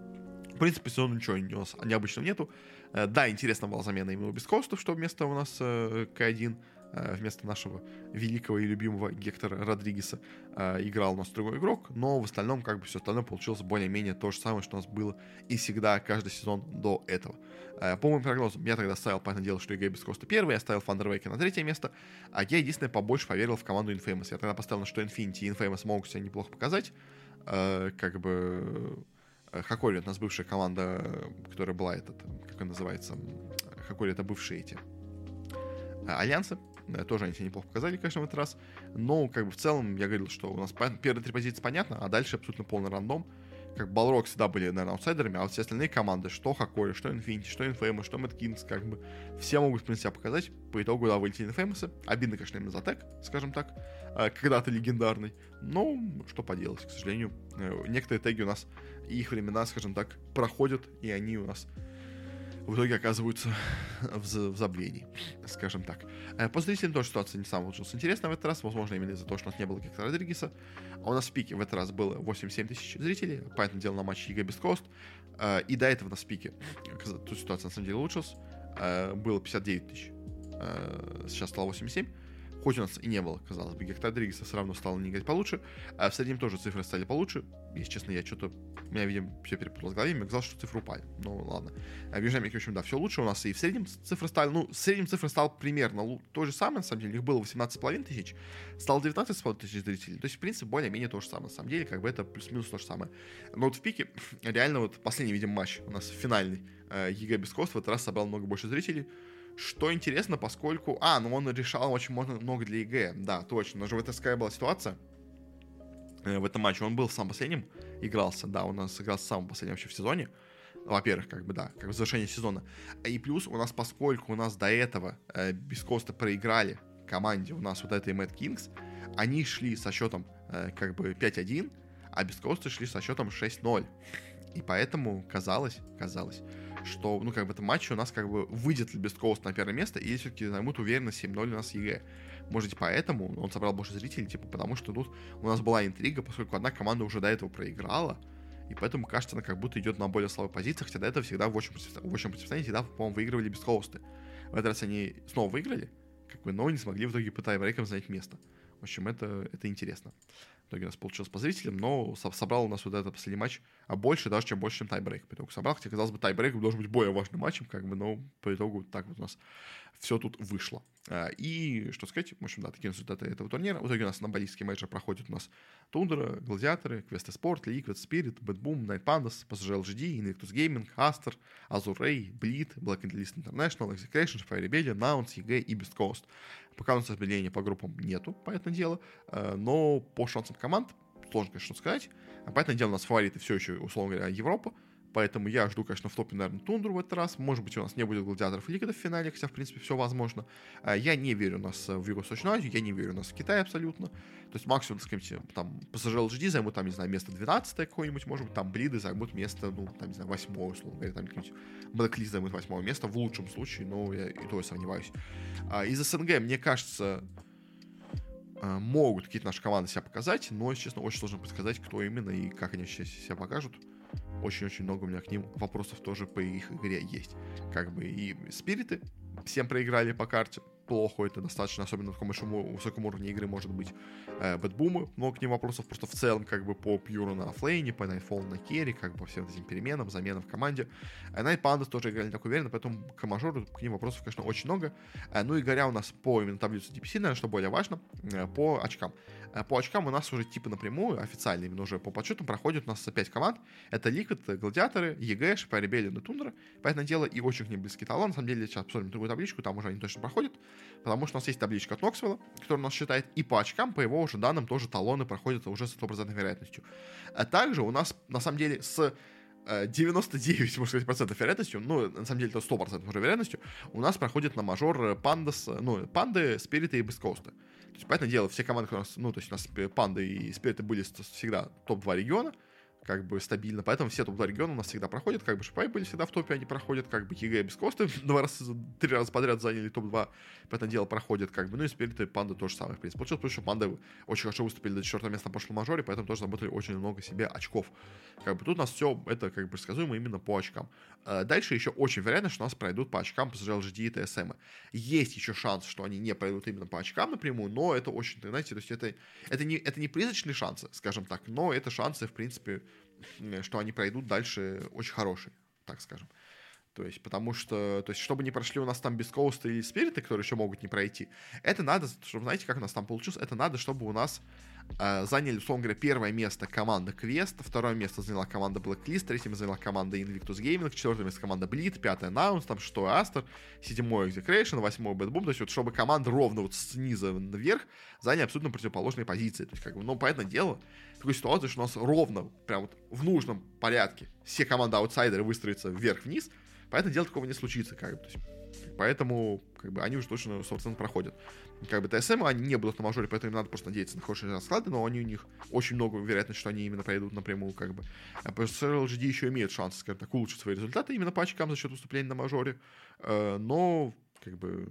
В принципе, сезона ничего необычного нету. Да, интересно была замена именно у Beast Coast, что вместо у нас кей один, вместо нашего великого и любимого Гектора Родригеса играл у нас другой игрок, но в остальном, как бы, все остальное получилось более-менее то же самое, что у нас было и всегда каждый сезон до этого. По моим прогнозам, я тогда ставил, понятное дело, что ЕГЭ Beast Coast первый, я ставил Thunder Waken на третье место, а я, единственное, побольше поверил в команду Infamous. Я тогда поставил, что Infinity и Infamous могут себя неплохо показать, как бы... Хакори — это у нас бывшая команда, которая была, этот, как он называется, Хакори — это бывшие эти альянсы, Э, тоже они себя неплохо показали, конечно, в этот раз. Но, как бы, в целом, я говорил, что у нас первые три позиции понятно, а дальше абсолютно полный рандом. Как Balrog всегда были, наверное, аутсайдерами, а вот все остальные команды, что Хакори, что Infinity, что Infamous, что Mad Kings, как бы, все могут, в принципе, себя показать. По итогу, да, вылетели Infamous. Обидно, конечно, именно за тег, скажем так, когда-то легендарный. Но, что поделать, к сожалению. Некоторые теги у нас, и их времена, скажем так, проходят, и они у нас в итоге оказываются в, за- в забвении, скажем так. Э, По зрителям тоже ситуация не самая лучшая. Интересно в этот раз, возможно, именно из-за того, что у нас не было Гектора Родригеса. А у нас в пике в этот раз было восемьдесят семь тысяч зрителей, понятное дело, на матче ЕГЭ Best Coast. Э, И до этого у нас в пике, э, тут ситуация на самом деле улучшилась, э, было пятьдесят девять тысяч, э, сейчас стало восемьдесят семь. Хоть у нас и не было, казалось бы, Гектора Родригеса, все равно стало не играть получше. А в среднем тоже цифры стали получше. Если честно, я что-то... У меня, видимо, все перепуталось в голове, мне казалось, что цифры упали. Ну, ладно. А в Южной Америке, в общем, да, все лучше. У нас и в среднем цифры стали... Ну, в среднем цифры стал примерно лу- то же самое, на самом деле. Их было восемнадцать с половиной тысяч, стало девятнадцать с половиной тысяч зрителей. То есть, в принципе, более-менее то же самое. На самом деле, как бы это плюс-минус то же самое. Но вот в пике, реально, вот последний, видимо, матч у нас финальный э, ЕГЭ Best Coast в этот раз собрал много больше зрителей. Что интересно, поскольку... А, ну он решал очень много для ЕГЭ. Да, точно. У нас же в этой такая была ситуация. Э, в этом матче он был самым последним. Игрался, да, у нас игрался самым последним вообще в сезоне. Во-первых, как бы, да, как бы завершение сезона. И плюс у нас, поскольку у нас до этого э, Бескоста проиграли команде у нас вот этой Mad Kings, они шли со счетом э, как бы пять один, а Бескосты шли со счетом шесть ноль. И поэтому казалось, казалось, что, ну, как бы, этом матче у нас, как бы, выйдет ли Best Coast на первое место, или все-таки займут уверенно семь ноль у нас ЕГЭ. Может быть, поэтому он собрал больше зрителей, типа, потому что тут у нас была интрига, поскольку одна команда уже до этого проиграла, и поэтому, кажется, она как будто идет на более слабой позиции, хотя до этого всегда в общем, в общем противостоянии всегда, по-моему, выигрывали Best Coast. В этот раз они снова выиграли, как бы, но не смогли в итоге по тайбрейкам занять место. В общем, это, это интересно. В итоге у нас получилось по зрителям, но со- собрал у нас вот этот последний матч а больше, даже чем больше, чем тайбрейк. По итогу собрал, хотя, казалось бы, тайбрейк должен быть более важным матчем, как бы, но по итогу так вот у нас все тут вышло. А, И, что сказать, в общем, да, такие результаты этого турнира. В итоге у нас на баллистский мейджор проходят у нас Тундра, Гладиаторы, Квесты Спорт, Liquid, Spirit, Bad Boom, Night Pandas, пи эс джи эл джи ди, Invictus Gaming, Aster, Azure Ray, Bleed, Black and List International, Execration, Fire Rebellion, Nouns, ЕГЭ и Best Coast. Пока у нас распределения по группам нету, понятное дело, э, но по шансам команд сложно, конечно, сказать. Понятное дело, у нас фавориты все еще, условно говоря, Европа, поэтому я жду, конечно, в топе, наверное, Тундру в этот раз. Может быть, у нас не будет Гладиаторов и Ликвидов в финале, хотя, в принципе, все возможно. А Я не верю у нас в Юго-Восточную Азию, я не верю у нас в Китай абсолютно. То есть максимум, так сказать, там, пи эс джи эл джи ди займут, там, не знаю, место двенадцатое какое-нибудь, может быть, там, Блиды займут место, ну, там, не знаю, восьмое, условно говоря, там, какие-нибудь Блэклист займут восьмое место, в лучшем случае, но я и то я сомневаюсь. А из СНГ, мне кажется, могут какие-то наши команды себя показать, но, если честно, очень сложно предсказать, кто именно и как они сейчас себя покажут. Очень-очень много у меня к ним вопросов тоже по их игре есть. Как бы и спириты всем проиграли по карте. Плохо это достаточно, особенно на таком большом высоком уровне игры может быть. Бэтбумы, много к ним вопросов просто в целом, как бы по Пьюру на оффлейне, по Nightfall на керри, как бы по всем этим переменам, заменам в команде. Night Pandas тоже играли так уверенно, поэтому к мажору к ним вопросов, конечно, очень много. Ну и говоря у нас по именно таблице ди пи си, наверное, что более важно, по очкам. По очкам у нас уже типа напрямую, официально именно уже по подсчетам проходят у нас пять команд. Это Liquid, Гладиаторы, ЕГЭ, Fire Rebellion и Тундра. Понятное дело, и очень к ним близкий талант. На самом деле, сейчас посмотрим другую табличку, там уже они точно проходят. Потому что у нас есть табличка от Ноксвелла, которая у нас считает, и по очкам, по его уже данным, тоже талоны проходят уже с стопроцентной вероятностью. А также у нас, на самом деле, с девяносто девять, можно сказать, процентов вероятностью, ну, на самом деле, это сто процентов уже вероятностью, у нас проходит на мажор Пандас, ну, Панды, Спириты и Бескоусты. То есть, понятное дело, все команды, у нас, ну, то есть у нас Панды и Спириты были всегда топ два региона, как бы стабильно, поэтому все топ два региона у нас всегда проходят, как бы Шипай были всегда в топе, они проходят, как бы ЕГЭ без Косты два раза, три раза подряд заняли топ два, поэтому дело проходит, как бы, ну и Спириты и Панды тоже самое, в принципе. Получилось, потому что Панды очень хорошо выступили до четвертого места на прошлом мажоре, поэтому тоже заработали очень много себе очков. Как бы тут у нас все это, как бы, предсказуемо именно по очкам. Дальше еще очень вероятно, что у нас пройдут по очкам пи эс джи эл джи ди и ти эс эм. Есть еще шанс, что они не пройдут именно по очкам напрямую, но это очень, знаете, то есть это, это, не, это не призрачные шансы, скажем так, но это шансы, в принципе, что они пройдут дальше очень хорошие, так скажем. То есть, потому что, то есть, чтобы не прошли у нас там Бескоусты или Спириты, которые еще могут не пройти, это надо, чтобы, знаете, как у нас там получилось, это надо, чтобы у нас э, заняли, условно говоря, первое место команда Quest, второе место заняла команда Blacklist, третье место заняла команда Invictus Gaming, четвертое место команда Bleed, пятое Nouns, там шестое Aster, седьмое Execration, восьмое Bad Boom, то есть, вот, чтобы команды ровно вот снизу вверх заняли абсолютно противоположные позиции. То есть, как бы, ну, понятное дело, такой ситуации, что у нас ровно, прям вот в нужном порядке все команды-аутсайдеры выстроятся вверх-вниз. Понятное дело, такого не случится, как бы, то есть, поэтому, как бы, они уже точно сто процентов проходят. Как бы, ТСМ, они не будут на мажоре, поэтому им надо просто надеяться на хорошие расклады, но они у них очень много вероятность, что они именно пройдут напрямую, как бы. А просто эл джи ди еще имеет шанс, скажем так, улучшить свои результаты именно по очкам за счет выступления на мажоре, но, как бы,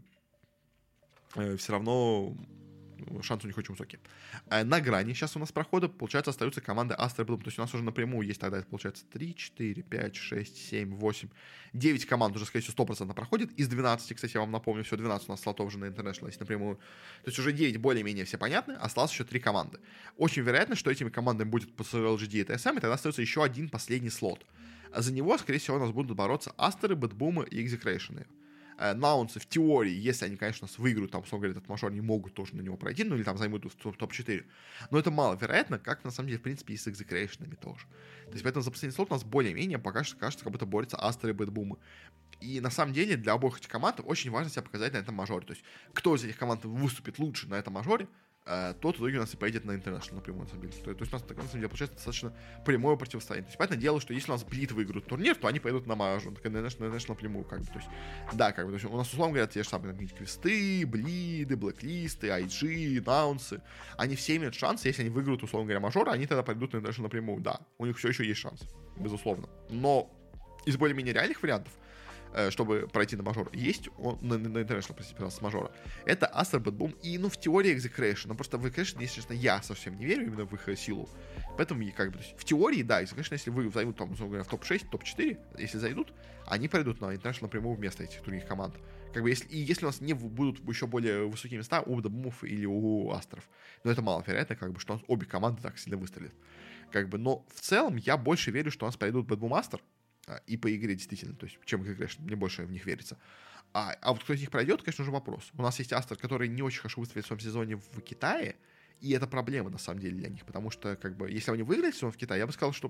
все равно шанс у них очень высокий. На грани сейчас у нас прохода, получается, остаются команды Astra и Bloom. То есть у нас уже напрямую есть тогда, это получается три, четыре, пять, шесть, семь, восемь, девять команд уже, скорее всего, сто процентов проходит. Из двенадцати, кстати, я вам напомню, все двенадцать у нас слотов уже на International есть напрямую. То есть уже девять более-менее все понятны, осталось еще три команды. Очень вероятно, что этими командами будет по эл джи ди и ти эс эм, и тогда остается еще один последний слот. А за него, скорее всего, у нас будут бороться Астеры, Бэтбумы и Execration. Наунсы в теории, если они, конечно, нас выиграют, там, условно говоря, этот мажор, они могут тоже на него пройти, ну или там займут в топ четыре. Но это маловероятно, как на самом деле, в принципе, и с экзекрейшенами тоже. То есть поэтому за последний слот у нас более-менее пока что кажется, как будто борются Астеры и Бэтбумы. И на самом деле для обоих этих команд очень важно себя показать на этом мажоре. То есть кто из этих команд выступит лучше на этом мажоре, тот в итоге у нас и поедет на International напрямую, на самом деле. То, то есть у нас, на самом деле, получается достаточно прямое противостояние. То есть, понятное дело, что если у нас Блит выиграют турнир, то они пойдут на мажор, на International, International напрямую, как бы. То есть, да, как бы, то есть у нас, условно говоря, те же самые там, квесты, Блиды, Блэклисты, ай джи, Наунсы, они все имеют шанс, если они выиграют, условно говоря, мажор, они тогда пойдут на International напрямую. Да, у них все еще есть шанс, безусловно. Но из более-менее реальных вариантов, чтобы пройти на мажор, есть он, на, на International, простите, пожалуйста, с мажора. Это Aster, Bad Boom и, ну, в теории Execration. Но просто в Execration, если честно, я совсем не верю именно в их силу. Поэтому, как бы, то есть, в теории, да, Execration, если вы зайдут, там, условно говоря, в топ шесть, топ четыре, если зайдут, они пройдут на International напрямую вместо этих других команд. Как бы, если, и если у нас не будут еще более высокие места у Bad Boom'ов или у Астеров. Но это маловероятно, как бы, что у нас обе команды так сильно выстрелят. Как бы, но в целом я больше верю, что у нас пройдут Bad Boom Aster, и по игре действительно, то есть, чем Execration, мне больше в них верится. А, а вот кто из них пройдет, конечно же, вопрос. У нас есть Астер, который не очень хорошо выстрелил в своем сезоне в Китае, и это проблема, на самом деле, для них, потому что, как бы, если они выиграли сезон в Китае, я бы сказал, что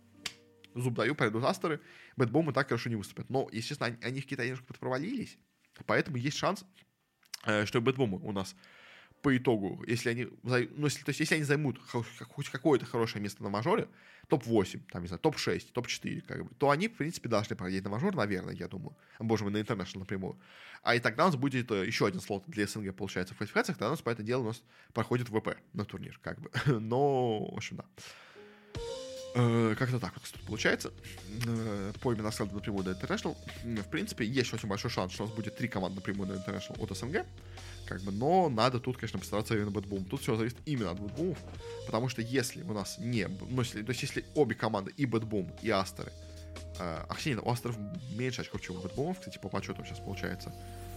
зуб даю, пройдут Астеры, Бэтбомы так хорошо не выступят. Но, естественно, они, они в Китае немножко провалились, поэтому есть шанс, что Бэтбомы у нас по итогу, если они, ну, если, то есть, если они займут хоть какое-то хорошее место на мажоре, топ восемь, там, не знаю, топ шесть, топ четыре, как бы, то они, в принципе, должны пройти на мажор, наверное, я думаю. Боже мой, на International напрямую. А и тогда у нас будет еще один слот для СНГ, получается, в квалификациях, тогда у нас, по этому делу, у нас проходит ВП на турнир, как бы. Но, в общем, да. Как-то так вот тут получается. По именно раскладу напрямую на International. В принципе, есть очень большой шанс, что у нас будет три команды напрямую на International от СНГ. Как бы, но надо тут, конечно, постараться именно Бэтбум. Тут все зависит именно от Бэтбумов. Потому что если у нас не... Ну, если, то есть, если обе команды, и Бэтбум, и Астеры... Э, а, кстати, у Астеров меньше очков, чем у Бэтбумов, кстати, по подсчетам сейчас получается.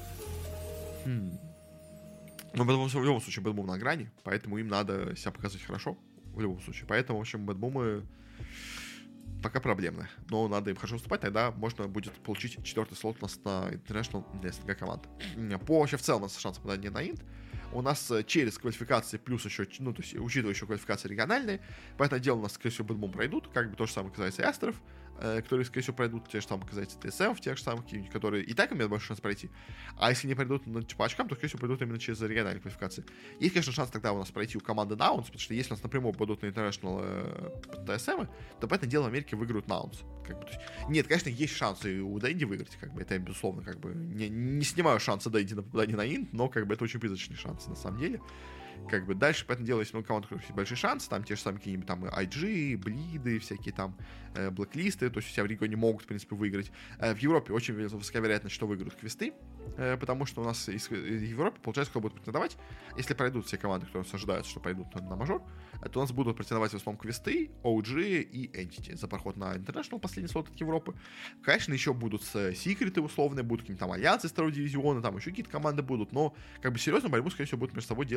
Хм. Но Бэтбум, в любом случае, Бэтбум на грани, поэтому им надо себя показывать хорошо. В любом случае. Поэтому, в общем, Бэтбумы пока проблемны. Но надо им хорошо выступать, тогда можно будет получить четвертый слот у нас на International для СНГ команд. По вообще в целом у нас шанс попадания на Инт. У нас через квалификации плюс еще, ну, то есть, учитывая еще квалификации региональные, поэтому дело у нас, скорее всего, Бэтбум пройдут, как бы то же самое касается и Астеров, э, которые, скорее всего, пройдут, те же самые касается ТСМ, тех же самых, которые и так имеют больше шанс пройти. А если не пройдут ну, по очкам, то, скорее всего, пройдут именно через региональные квалификации. Есть, конечно, шанс тогда у нас пройти у команды Наунс, потому что если у нас напрямую пойдут на International э, ТСМ, то, по этому делу, в Америке выиграют Наунс. Как бы, то есть, нет, конечно, есть шансы у Дэнди выиграть, как бы, это, безусловно, как бы, не, не снимаю шанса Дэнди на попадание на Инт, но, как бы, это очень призрачный шанс, на самом деле. Как бы дальше, поэтому дело, если у команд есть большие шансы, там те же самые какие-нибудь там ай джи, Блиды, всякие там э, Блэклисты, то есть все в регионе могут, в принципе, выиграть. Э, в Европе очень высокая вероятность, что выиграют квесты, э, потому что у нас из, из Европы, получается, кто будет претендовать, если пройдут все команды, которые ожидаются, что пойдут на, на мажор, то у нас будут претендовать в основном квесты, о джи и Entity за проход на International, последний слот от Европы. Конечно, еще будут секреты условные, будут какие-то там альянсы из второго дивизиона, там еще какие-то команды будут, но как бы серьезную борьбу, скорее всего, будут между собой делать именно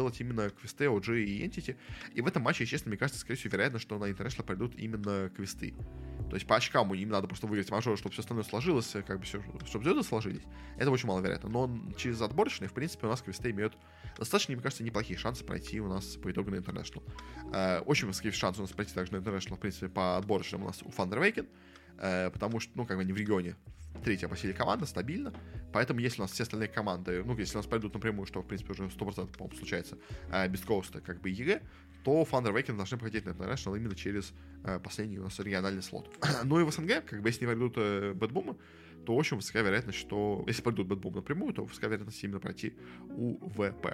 квесты, о джи и Entity. И в этом матче, честно, мне кажется, скорее всего, вероятно, что на International пройдут именно квесты. То есть по очкам им надо просто выиграть мажор, чтобы все остальное сложилось, как бы все, чтобы звезды сложились. Это очень маловероятно. Но через отборочные, в принципе, у нас квесты имеют достаточно, мне кажется, неплохие шансы пройти у нас по итогу на International. Э, очень высокий шанс у нас пройти также на International, в принципе, по отборочным у нас у Thunder Waken, э, потому что, ну, как бы они в регионе третья по силе команда, стабильно. Поэтому если у нас все остальные команды, ну, если у нас пройдут напрямую, что, в принципе, уже сто процентов, по-моему, случается, э, без коуста, как бы ЕГЭ, то Thunder Waken должны проходить на International именно через э, последний у нас региональный слот. Ну и в СНГ, как бы, если не пройдут э, бэтбумы, то очень высокая вероятность, что... Если пройдут бэтбум напрямую, то высокая вероятность именно пройти у ВП.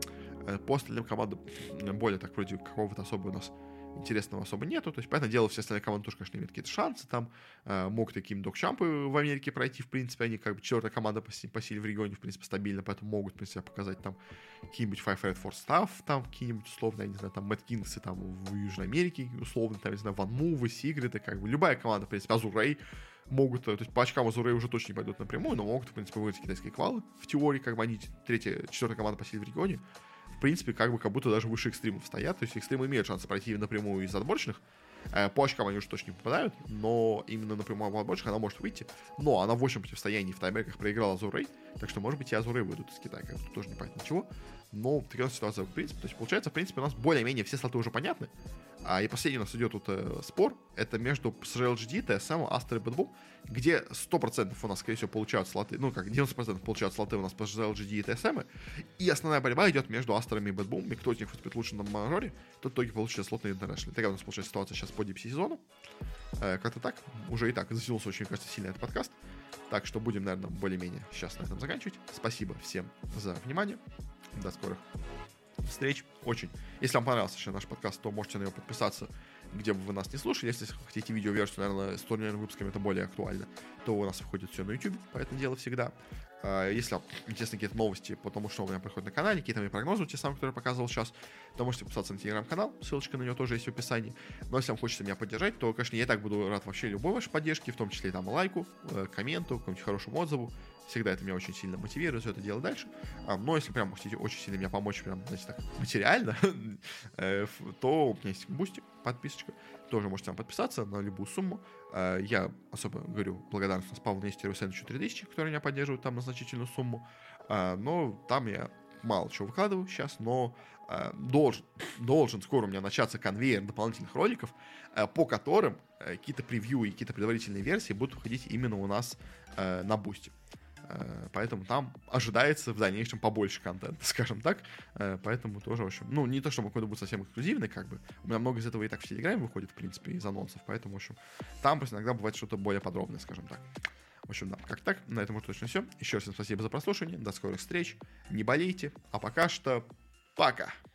Э, по остальным командам более так вроде какого-то особо у нас интересного особо нету. То есть, понятное дело, все остальные команды тоже, конечно, имеют какие-то шансы. Там э, могут такие док-чампы в Америке пройти. В принципе, они как бы четвертая команда по, по силе в регионе, в принципе, стабильно, поэтому могут, в принципе, показать там какие-нибудь Five Red Force Staff, там какие-нибудь, условно, я не знаю, там Мэтт Кингсы там в Южной Америке, условно, там, я не знаю, Ван Мувы, Сигриты, как бы любая команда, в принципе, Азурей могут, то есть по очкам Азурей уже точно не пойдут напрямую, но могут, в принципе, выиграть китайские квалы. В теории, как бы они третья, четвертая команда по силе в регионе. В принципе, как бы как будто даже выше экстримов стоят. То есть экстримы имеют шанс пройти напрямую из отборочных. По очкам они уже точно не попадают, но именно напрямую в отборочных она может выйти. Но она в общем противостоянии в таймбрейках проиграла Азурей, так что, может быть, и Азурей выйдут из Китая, как бы тут тоже не понятно ничего. Но такая ситуация, в принципе. То есть, получается, в принципе, у нас более-менее все слоты уже понятны. А, и последний у нас идет тут э, спор. Это между эс эл джи ди, ти эс эм, Астер и Бэтбум, где сто процентов у нас, скорее всего, получают слоты, ну, как девяносто процентов получают слоты у нас по эс эл джи ди и ти эс эм. И основная борьба идет между Астерами и Бэтбумами. Кто из них выступит лучше на мажоре, тот в итоге получит слот на International. Такая у нас получается ситуация сейчас по ди пи си-сезону. Э, как-то так. Уже и так затянулся очень, кажется, сильно этот подкаст. Так что будем, наверное, более-менее сейчас на этом заканчивать. Спасибо всем за внимание. До скорых встреч. Очень. Если вам понравился наш подкаст, то можете на него подписаться, где бы вы нас не слушали. Если хотите видеоверсию, наверное, с турнирными выпусками это более актуально, то у нас выходит все на YouTube, поэтому дело всегда. Если вам интересны какие-то новости по тому, что у меня происходит на канале, какие-то мои прогнозы, те самые, которые я показывал сейчас, то можете подписаться на телеграм-канал, ссылочка на него тоже есть в описании. Но если вам хочется меня поддержать, то, конечно, я и так буду рад вообще любой вашей поддержке, в том числе и там лайку, комменту, какому-нибудь хорошему отзыву. Всегда это меня очень сильно мотивирует все это дело дальше. Но если прям хотите очень сильно меня помочь, прям, знаете, так, материально, то у меня есть Бусти, подписочка. Тоже можете там подписаться на любую сумму. Я особо говорю благодарность Павлу Нестеру и Сэндвичу три тысячи, которые меня поддерживают там на значительную сумму. Но там я мало чего выкладываю сейчас, но должен, должен скоро у меня начаться конвейер дополнительных роликов, по которым какие-то превью и какие-то предварительные версии будут выходить именно у нас на Бусти. Поэтому там ожидается в дальнейшем побольше контента, скажем так. Поэтому тоже, в общем, ну, не то, чтобы какой-то будет совсем эксклюзивный, как бы. У меня много из этого и так в Телеграме выходит, в принципе, из анонсов. Поэтому, в общем, там просто иногда бывает что-то более подробное, скажем так. В общем, да, как так. На этом уже точно все. Еще раз всем спасибо за прослушивание. До скорых встреч. Не болейте. А пока что пока.